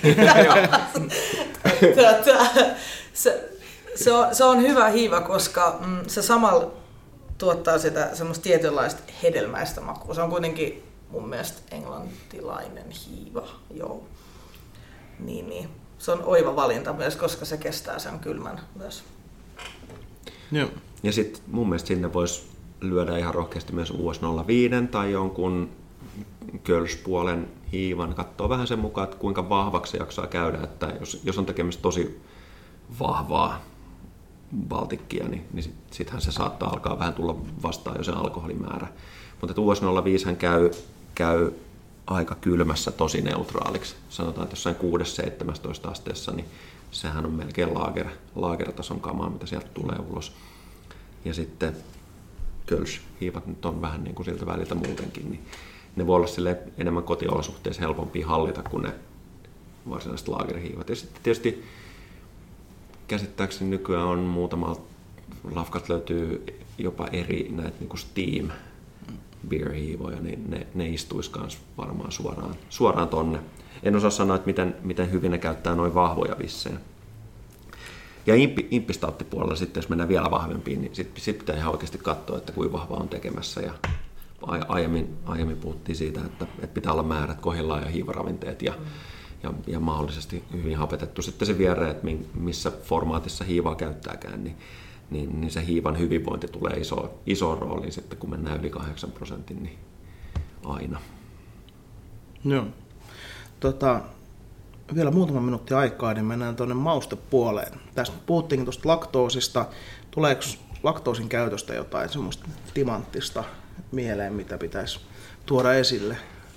se, se, on, se on hyvä hiiva, koska mm, se samalla tuottaa sitä semmoista tietynlaista hedelmäistä makua. Se on kuitenkin mun mielestä englantilainen hiiva, joo. Niin, niin. Se on oiva valinta myös, koska se kestää sen kylmän myös. Joo. Ja sitten mun mielestä sinne voisi lyödä ihan rohkeasti myös U S nolla viisi tai jonkun Kölsch-puolen hiivan. Katsoo vähän sen mukaan, että kuinka vahvaksi se jaksaa käydä. Että jos, jos on tekemistä tosi vahvaa Baltikkia, niin, niin sittenhän sit se saattaa alkaa vähän tulla vastaan jo se alkoholimäärä. Mutta U S nolla viisi hän käy, käy aika kylmässä tosi neutraaliksi. Sanotaan, että jossain kuusi seitsemäntoista asteessa, niin sehän on melkein laager, laagertason kamaa, mitä sieltä tulee ulos. Ja sitten Kölsch-hiivat nyt on vähän niin kuin siltä väliltä muutenkin, niin ne voi olla sille enemmän kotiolosuhteissa helpompia hallita kuin ne varsinaiset laagerhiivat. Ja sitten tietysti käsittääkseni nykyään on muutama lafkat löytyy jopa eri näitä niin kuin steam beer-hiivoja, niin ne, ne istuisi myös varmaan suoraan, suoraan tonne. En osaa sanoa, että miten, miten hyvin ne käyttää noin vahvoja vissejä. Ja imppistauttipuolella sitten, jos mennään vielä vahvempiin, niin sitten sit pitää ihan oikeasti katsoa, että kuinka vahva on tekemässä. Ja aiemmin, aiemmin puhuttiin siitä, että, että pitää olla määrät kohdillaan ja hiivaravinteet ja, mm. ja, ja mahdollisesti hyvin hapetettu. Sitten se viereen, että missä formaatissa hiivaa käyttääkään, niin, niin, niin se hiivan hyvinvointi tulee iso, iso rooliin sitten, kun mennään yli kahdeksan prosentin, niin aina. Joo. Tota, vielä muutama minuutti aikaa, niin mennään tuonne maustepuoleen. Tässä puhuttiinkin tuosta laktoosista. Tuleeko laktoosin käytöstä jotain semmoista timanttista mieleen, mitä pitäisi tuoda esille?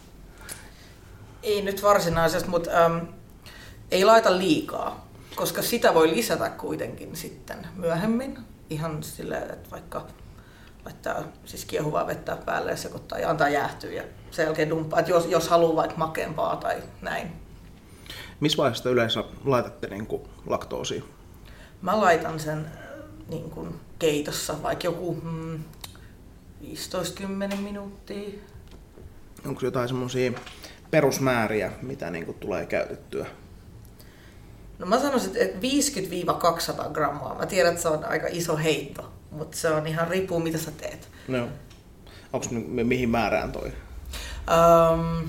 Ei nyt varsinaisesti, mutta äm, ei laita liikaa, koska sitä voi lisätä kuitenkin sitten myöhemmin. Ihan silleen, että vaikka laittaa siis kiehuvaa vettä päälle ja sekoittaa ja antaa jäähtyä ja sen jälkeen dumppaa, että jos, jos haluaa vaikka makeampaa tai näin. Missä vaiheessa yleensä laitatte niin kuin laktoosia? Mä laitan sen niin kuin keitossa vaikka joku mm, viisitoista kymmenen minuuttia. Onko jotain semmoisia perusmääriä, mitä niin kuin tulee käytettyä? No mä sanoisin, että viisikymmentä kaksisataa grammaa. Mä tiedän, että se on aika iso heitto, mutta se on ihan riippuu, mitä sä teet. No. Onko mi- mihin määrään toi? Um,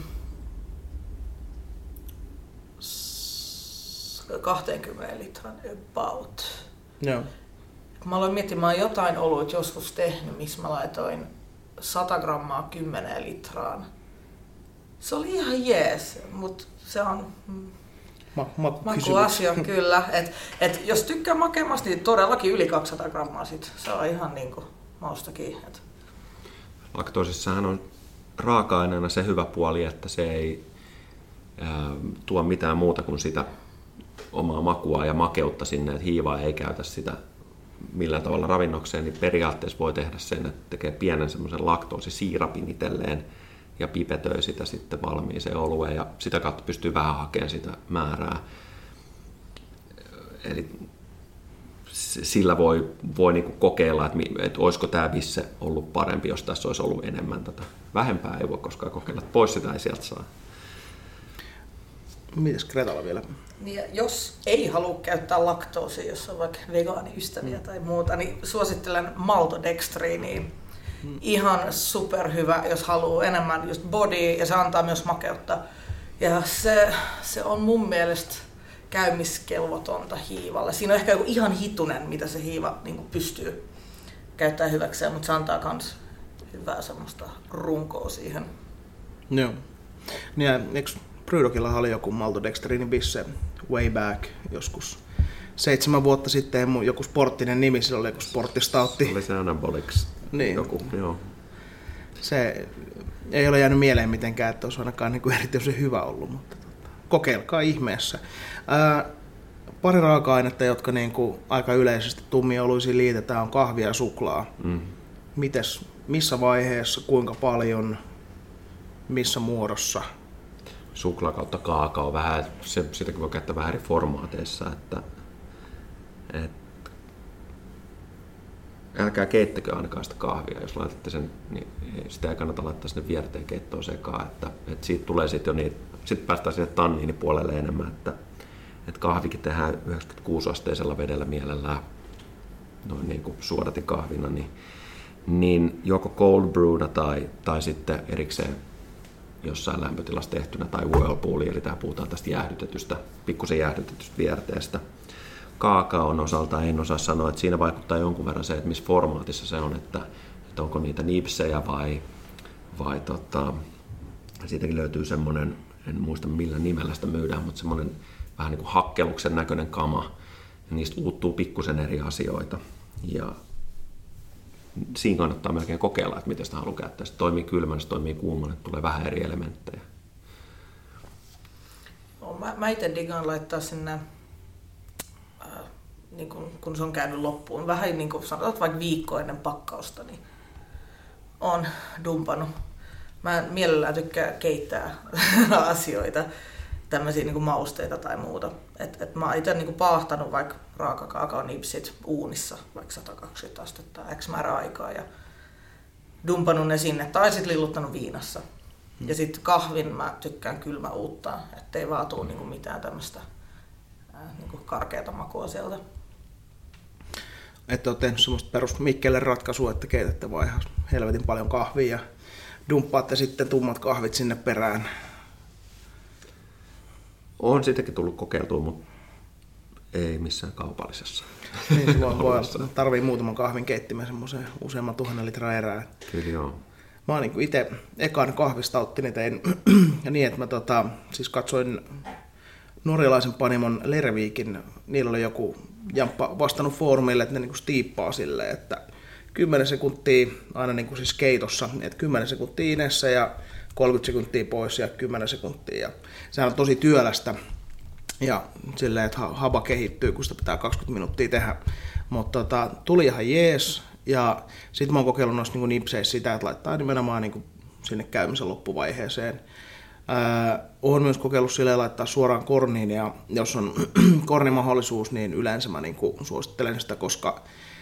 kaksikymmentä litran about. No. Kun mä aloin miettimään jotain oluita joskus tehnyt, missä mä laitoin sata grammaa kymmeneen litraan. Se oli ihan jees, mutta se on Ma- ma- makuasia kyllä. Et, et jos tykkää makeamasta, niin todellakin yli kaksisataa grammaa sit. Se on ihan niinku maustakin. Et. Laktoosissahan on raaka-aineena se hyvä puoli, että se ei ää, tuo mitään muuta kuin sitä omaa makua ja makeutta sinne, että hiivaa ei käytä sitä millään tavalla ravinnokseen, niin periaatteessa voi tehdä sen, että tekee pienen semmoisen laktoosisiirapin itselleen ja pipetöi sitä sitten valmiiseen olueen ja sitä kautta pystyy vähän hakemaan sitä määrää. Eli sillä voi, voi niinku kokeilla, että, että olisiko tämä visse ollut parempi, jos tässä olisi ollut enemmän tätä. Vähempää ei voi koskaan kokeilla, että pois sitä ei sieltä saa. Mites Kretalla vielä? Niin, jos ei halua käyttää laktoosia, jos on vaikka vegaaniystäviä mm. tai muuta, niin suosittelen maltodextriiniä. Mm. Ihan superhyvä, jos haluaa enemmän just body ja se antaa myös makeutta. Ja se, se on mun mielestä käymiskelvotonta hiivalle. Siinä on ehkä joku ihan hitunen, mitä se hiiva niin kuin pystyy käyttämään hyväkseen, mutta se antaa myös hyvää semmoista runkoa siihen. Joo. Niin ja eikö Brewdogilla oli joku maltodextriinin bisse way back joskus seitsemän vuotta sitten, joku sporttinen nimi, se oli joku sporttistautti. Se oli se Anabolics. Niin. Joku, joo. Se ei ole jäänyt mieleen mitenkään, että olisi ainakaan niin kuin erityisen hyvä ollut, mutta tota, kokeilkaa ihmeessä. Ää, pari raaka-ainetta, jotka niin kuin aika yleisesti tummioluisiin liitetään, on kahvi ja suklaa. Mm. Mites, missä vaiheessa, kuinka paljon, missä muodossa? Suklaa kautta kaakao, vähän, se, sitäkin voi käyttää vähän eri formaateissa, että, että älkää keittäkö ainakaan sitä kahvia. Jos laitatte sen, niin sitä ei kannata laittaa sinne vierteen keittoon sekaan. Että, että siitä tulee sitten jo niin, sitten päästään sinne tanniinipuolelle enemmän, että, että kahvikin tehdään yhdeksänkymmentäkuusi asteisella vedellä mielellään noin niin kuin suodatin kahvina, niin, niin joko cold brewna tai, tai sitten erikseen jossain lämpötilassa tehtynä tai whirlpooli, eli tää puhutaan tästä jäähdytetystä, pikkusen jäähdytetystä vierteestä. Kaakaon osalta en osaa sanoa, että siinä vaikuttaa jonkun verran se, että missä formaatissa se on, että, että onko niitä nipsejä vai, vai tota, siitäkin löytyy semmoinen, en muista millä nimellä sitä myydään, mutta semmoinen vähän niin kuin hakkeluksen näköinen kama, ja niistä uuttuu pikkusen eri asioita. Ja siinä kannattaa melkein kokeilla, että miten sitä haluaa käyttää. Se toimii kylmänä, se toimii kuumana, tulee vähän eri elementtejä. No, mä, mä itse digaan laittaa sinne, äh, niin kun, kun se on käynyt loppuun, vähän niin kuin sanotaan vaikka viikko ennen pakkausta, niin on dumpannut. Mä mielellään tykkään keittää asioita, tämmöisiä niin kuin mausteita tai muuta. Et, et mä oon itse niin paahtanut vaikka raakakaakaonipsit uunissa vaikka sata kaksikymmentä astetta X määrä aikaa ja dumpannut ne sinne tai sitten lilluttanut viinassa. Hmm. Ja sitten kahvin mä tykkään kylmä uuttaa, ettei vaan tuu niin kuin mitään tämmöistä niin kuin karkeata makua sieltä. Että oot tehnyt semmoista perus Mikkelen ratkaisua, että keitätte vaan ihan helvetin paljon kahvia ja dumppaatte sitten tummat kahvit sinne perään. On siitäkin tullut kokeiltua, mutta ei missään kaupallisessa. Niin, voi, voi, tarvii muutaman kahvin keittimen semmoiseen useamman tuhannen litran erään. Kyllä joo. Mä oon niin itse ekan kahvistauttini tein ja niin, että mä tota, siis katsoin norjalaisen panimon Lervikin, niillä oli joku jamppa vastannut foorumille, että ne niin stiippaa silleen, että kymmenen sekuntia aina niin kuin siis keitossa, että kymmenen sekuntia inessä ja kolmekymmentä sekuntia pois ja kymmenen sekuntia. Ja sehän on tosi työlästä ja silleen, että haba kehittyy, kun sitä pitää kaksikymmentä minuuttia tehdä. Mutta tota, tuli ihan jees ja sitten mä oon kokeillut noissa niin nipseissä sitä, että laittaa nimenomaan niin sinne käymisen loppuvaiheeseen. Öö, oon myös kokeillut silleen laittaa suoraan korniin ja jos on kornimahdollisuus, niin yleensä mä niin suosittelen sitä, koska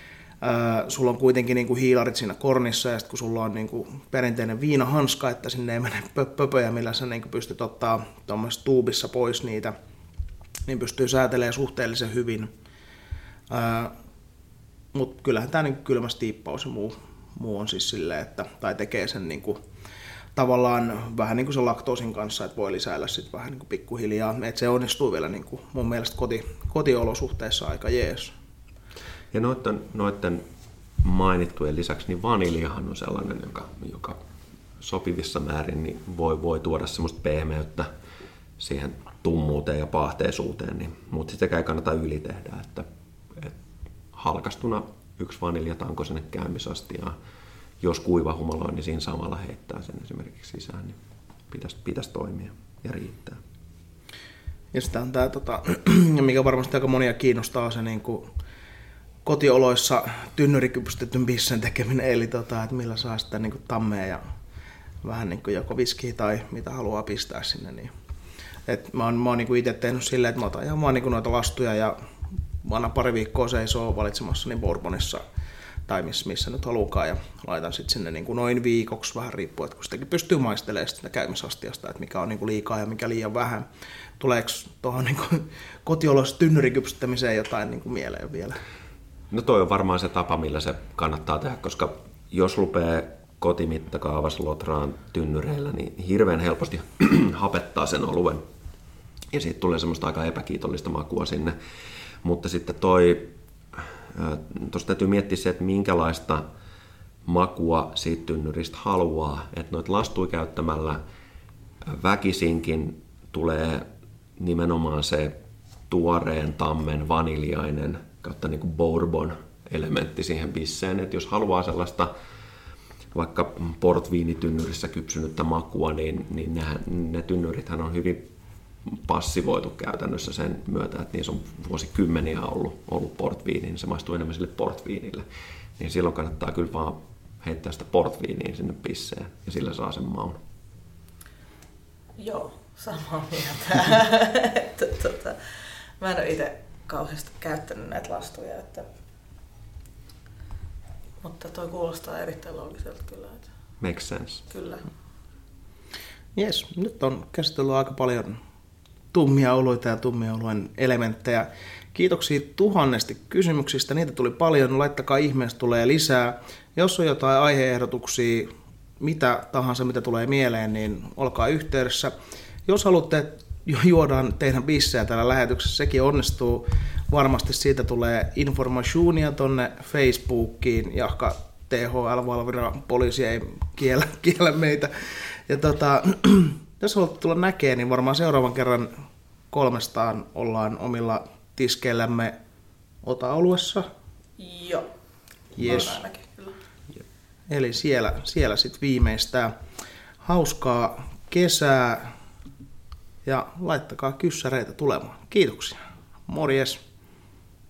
Äh, sulla on kuitenkin niinku hiilarit siinä kornissa ja sitten kun sulla on niinku perinteinen viinahanska, että sinne ei mene pöpöjä, millä sä niinku pystyt ottaa tuommoisessa tuubissa pois niitä, niin pystyy säätelemään suhteellisen hyvin. Äh, Mutta kyllähän tämä niinku kylmä stiippaus ja muu, muu on siis silleen, että, tai tekee sen niinku, tavallaan vähän niin kuin se laktoosin kanssa, että voi lisäillä sitten vähän niinku pikkuhiljaa. Et se onnistuu vielä niinku mun mielestä koti, kotiolosuhteissa aika jees. Ja noiden, noiden mainittujen lisäksi niin vaniljahan on sellainen, joka, joka sopivissa määrin niin voi, voi tuoda semmoista pehmeyttä siihen tummuuteen ja paahteisuuteen, niin, mutta sitäkään ei kannata ylitehdä, että, että halkastuna yksi vaniljatanko sinne käymisastiaan, jos kuiva humaloi, niin siinä samalla heittää sen esimerkiksi sisään, niin pitäisi, pitäisi toimia ja riittää. Ja sitten on tämä, tota, mikä varmasti aika monia kiinnostaa, se niin kuin kotioloissa tynnyrikypystetyn bissen tekeminen, eli tota, että millä saa sitä niin kuin tammea ja vähän niin kuin joko viskiä tai mitä haluaa pistää sinne. Niin. Et mä oon, mä oon niin kuin itse tehnyt silleen, että mä otan ihan vaan niin kuin noita lastuja ja mä annan pari viikkoa seisoo valitsemassa niin bourbonissa tai missä, missä nyt haluukaan ja laitan sitten sinne niin kuin noin viikoksi vähän riippuen, että kun sitäkin pystyy maistelemaan sitä käymisastiasta, että mikä on niin kuin liikaa ja mikä liian vähän. Tuleeko tuohon niin kuin kotioloissa tynnyrikypsyttämiseen jotain niin kuin mieleen vielä? No toi on varmaan se tapa, millä se kannattaa tehdä, koska jos rupeaa kotimittakaavassa lotraan tynnyreillä, niin hirveän helposti hapettaa sen oluen. Ja siitä tulee semmoista aika epäkiitollista makua sinne. Mutta sitten toi, tuossa täytyy miettiä se, että minkälaista makua siitä tynnyristä haluaa. Että noita lastuja käyttämällä väkisinkin tulee nimenomaan se tuoreen tammen vaniljainen kautta niin kuin bourbon elementti siihen bisseen, että jos haluaa sellaista vaikka portviinitynnyrissä kypsynyttä makua, niin, niin ne, ne tynnyrithän on hyvin passivoitu käytännössä sen myötä, että niissä on vuosikymmeniä ollut, ollut portviini, niin se maistuu enemmän sille portviinille. Niin silloin kannattaa kyllä vaan heittää sitä portviiniä sinne bisseen ja sillä saa sen maun. Joo, samaa mieltä. että, tota, mä en ole itse kauheasti käyttänyt näitä lastuja, että Mutta toi kuulostaa erittäin loogiselta kyllä. Että Makes sense. kyllä. Jes, nyt on käsitellyt aika paljon tummia oluita ja tummia oluen elementtejä. Kiitoksia tuhannesti kysymyksistä, niitä tuli paljon, laittakaa ihmeessä tulee lisää. Jos on jotain aiheehdotuksia, mitä tahansa mitä tulee mieleen, niin olkaa yhteydessä. Jos haluatte juodaan tehdä bissejä täällä lähetyksessä, sekin onnistuu. Varmasti siitä tulee informationia tonne Facebookiin, jahka T H L, Valvira, poliisi ei kiellä, kiellä meitä. Ja tota, jos haluatte tulla näkemään, niin varmaan seuraavan kerran kolmestaan ollaan omilla tiskeillämme Ota-oluessa. Joo. Yes. Ainakin, kyllä. Eli siellä, siellä sitten viimeistään. Hauskaa kesää ja laittakaa kyssäreitä tulemaan. Kiitoksia. Morjes.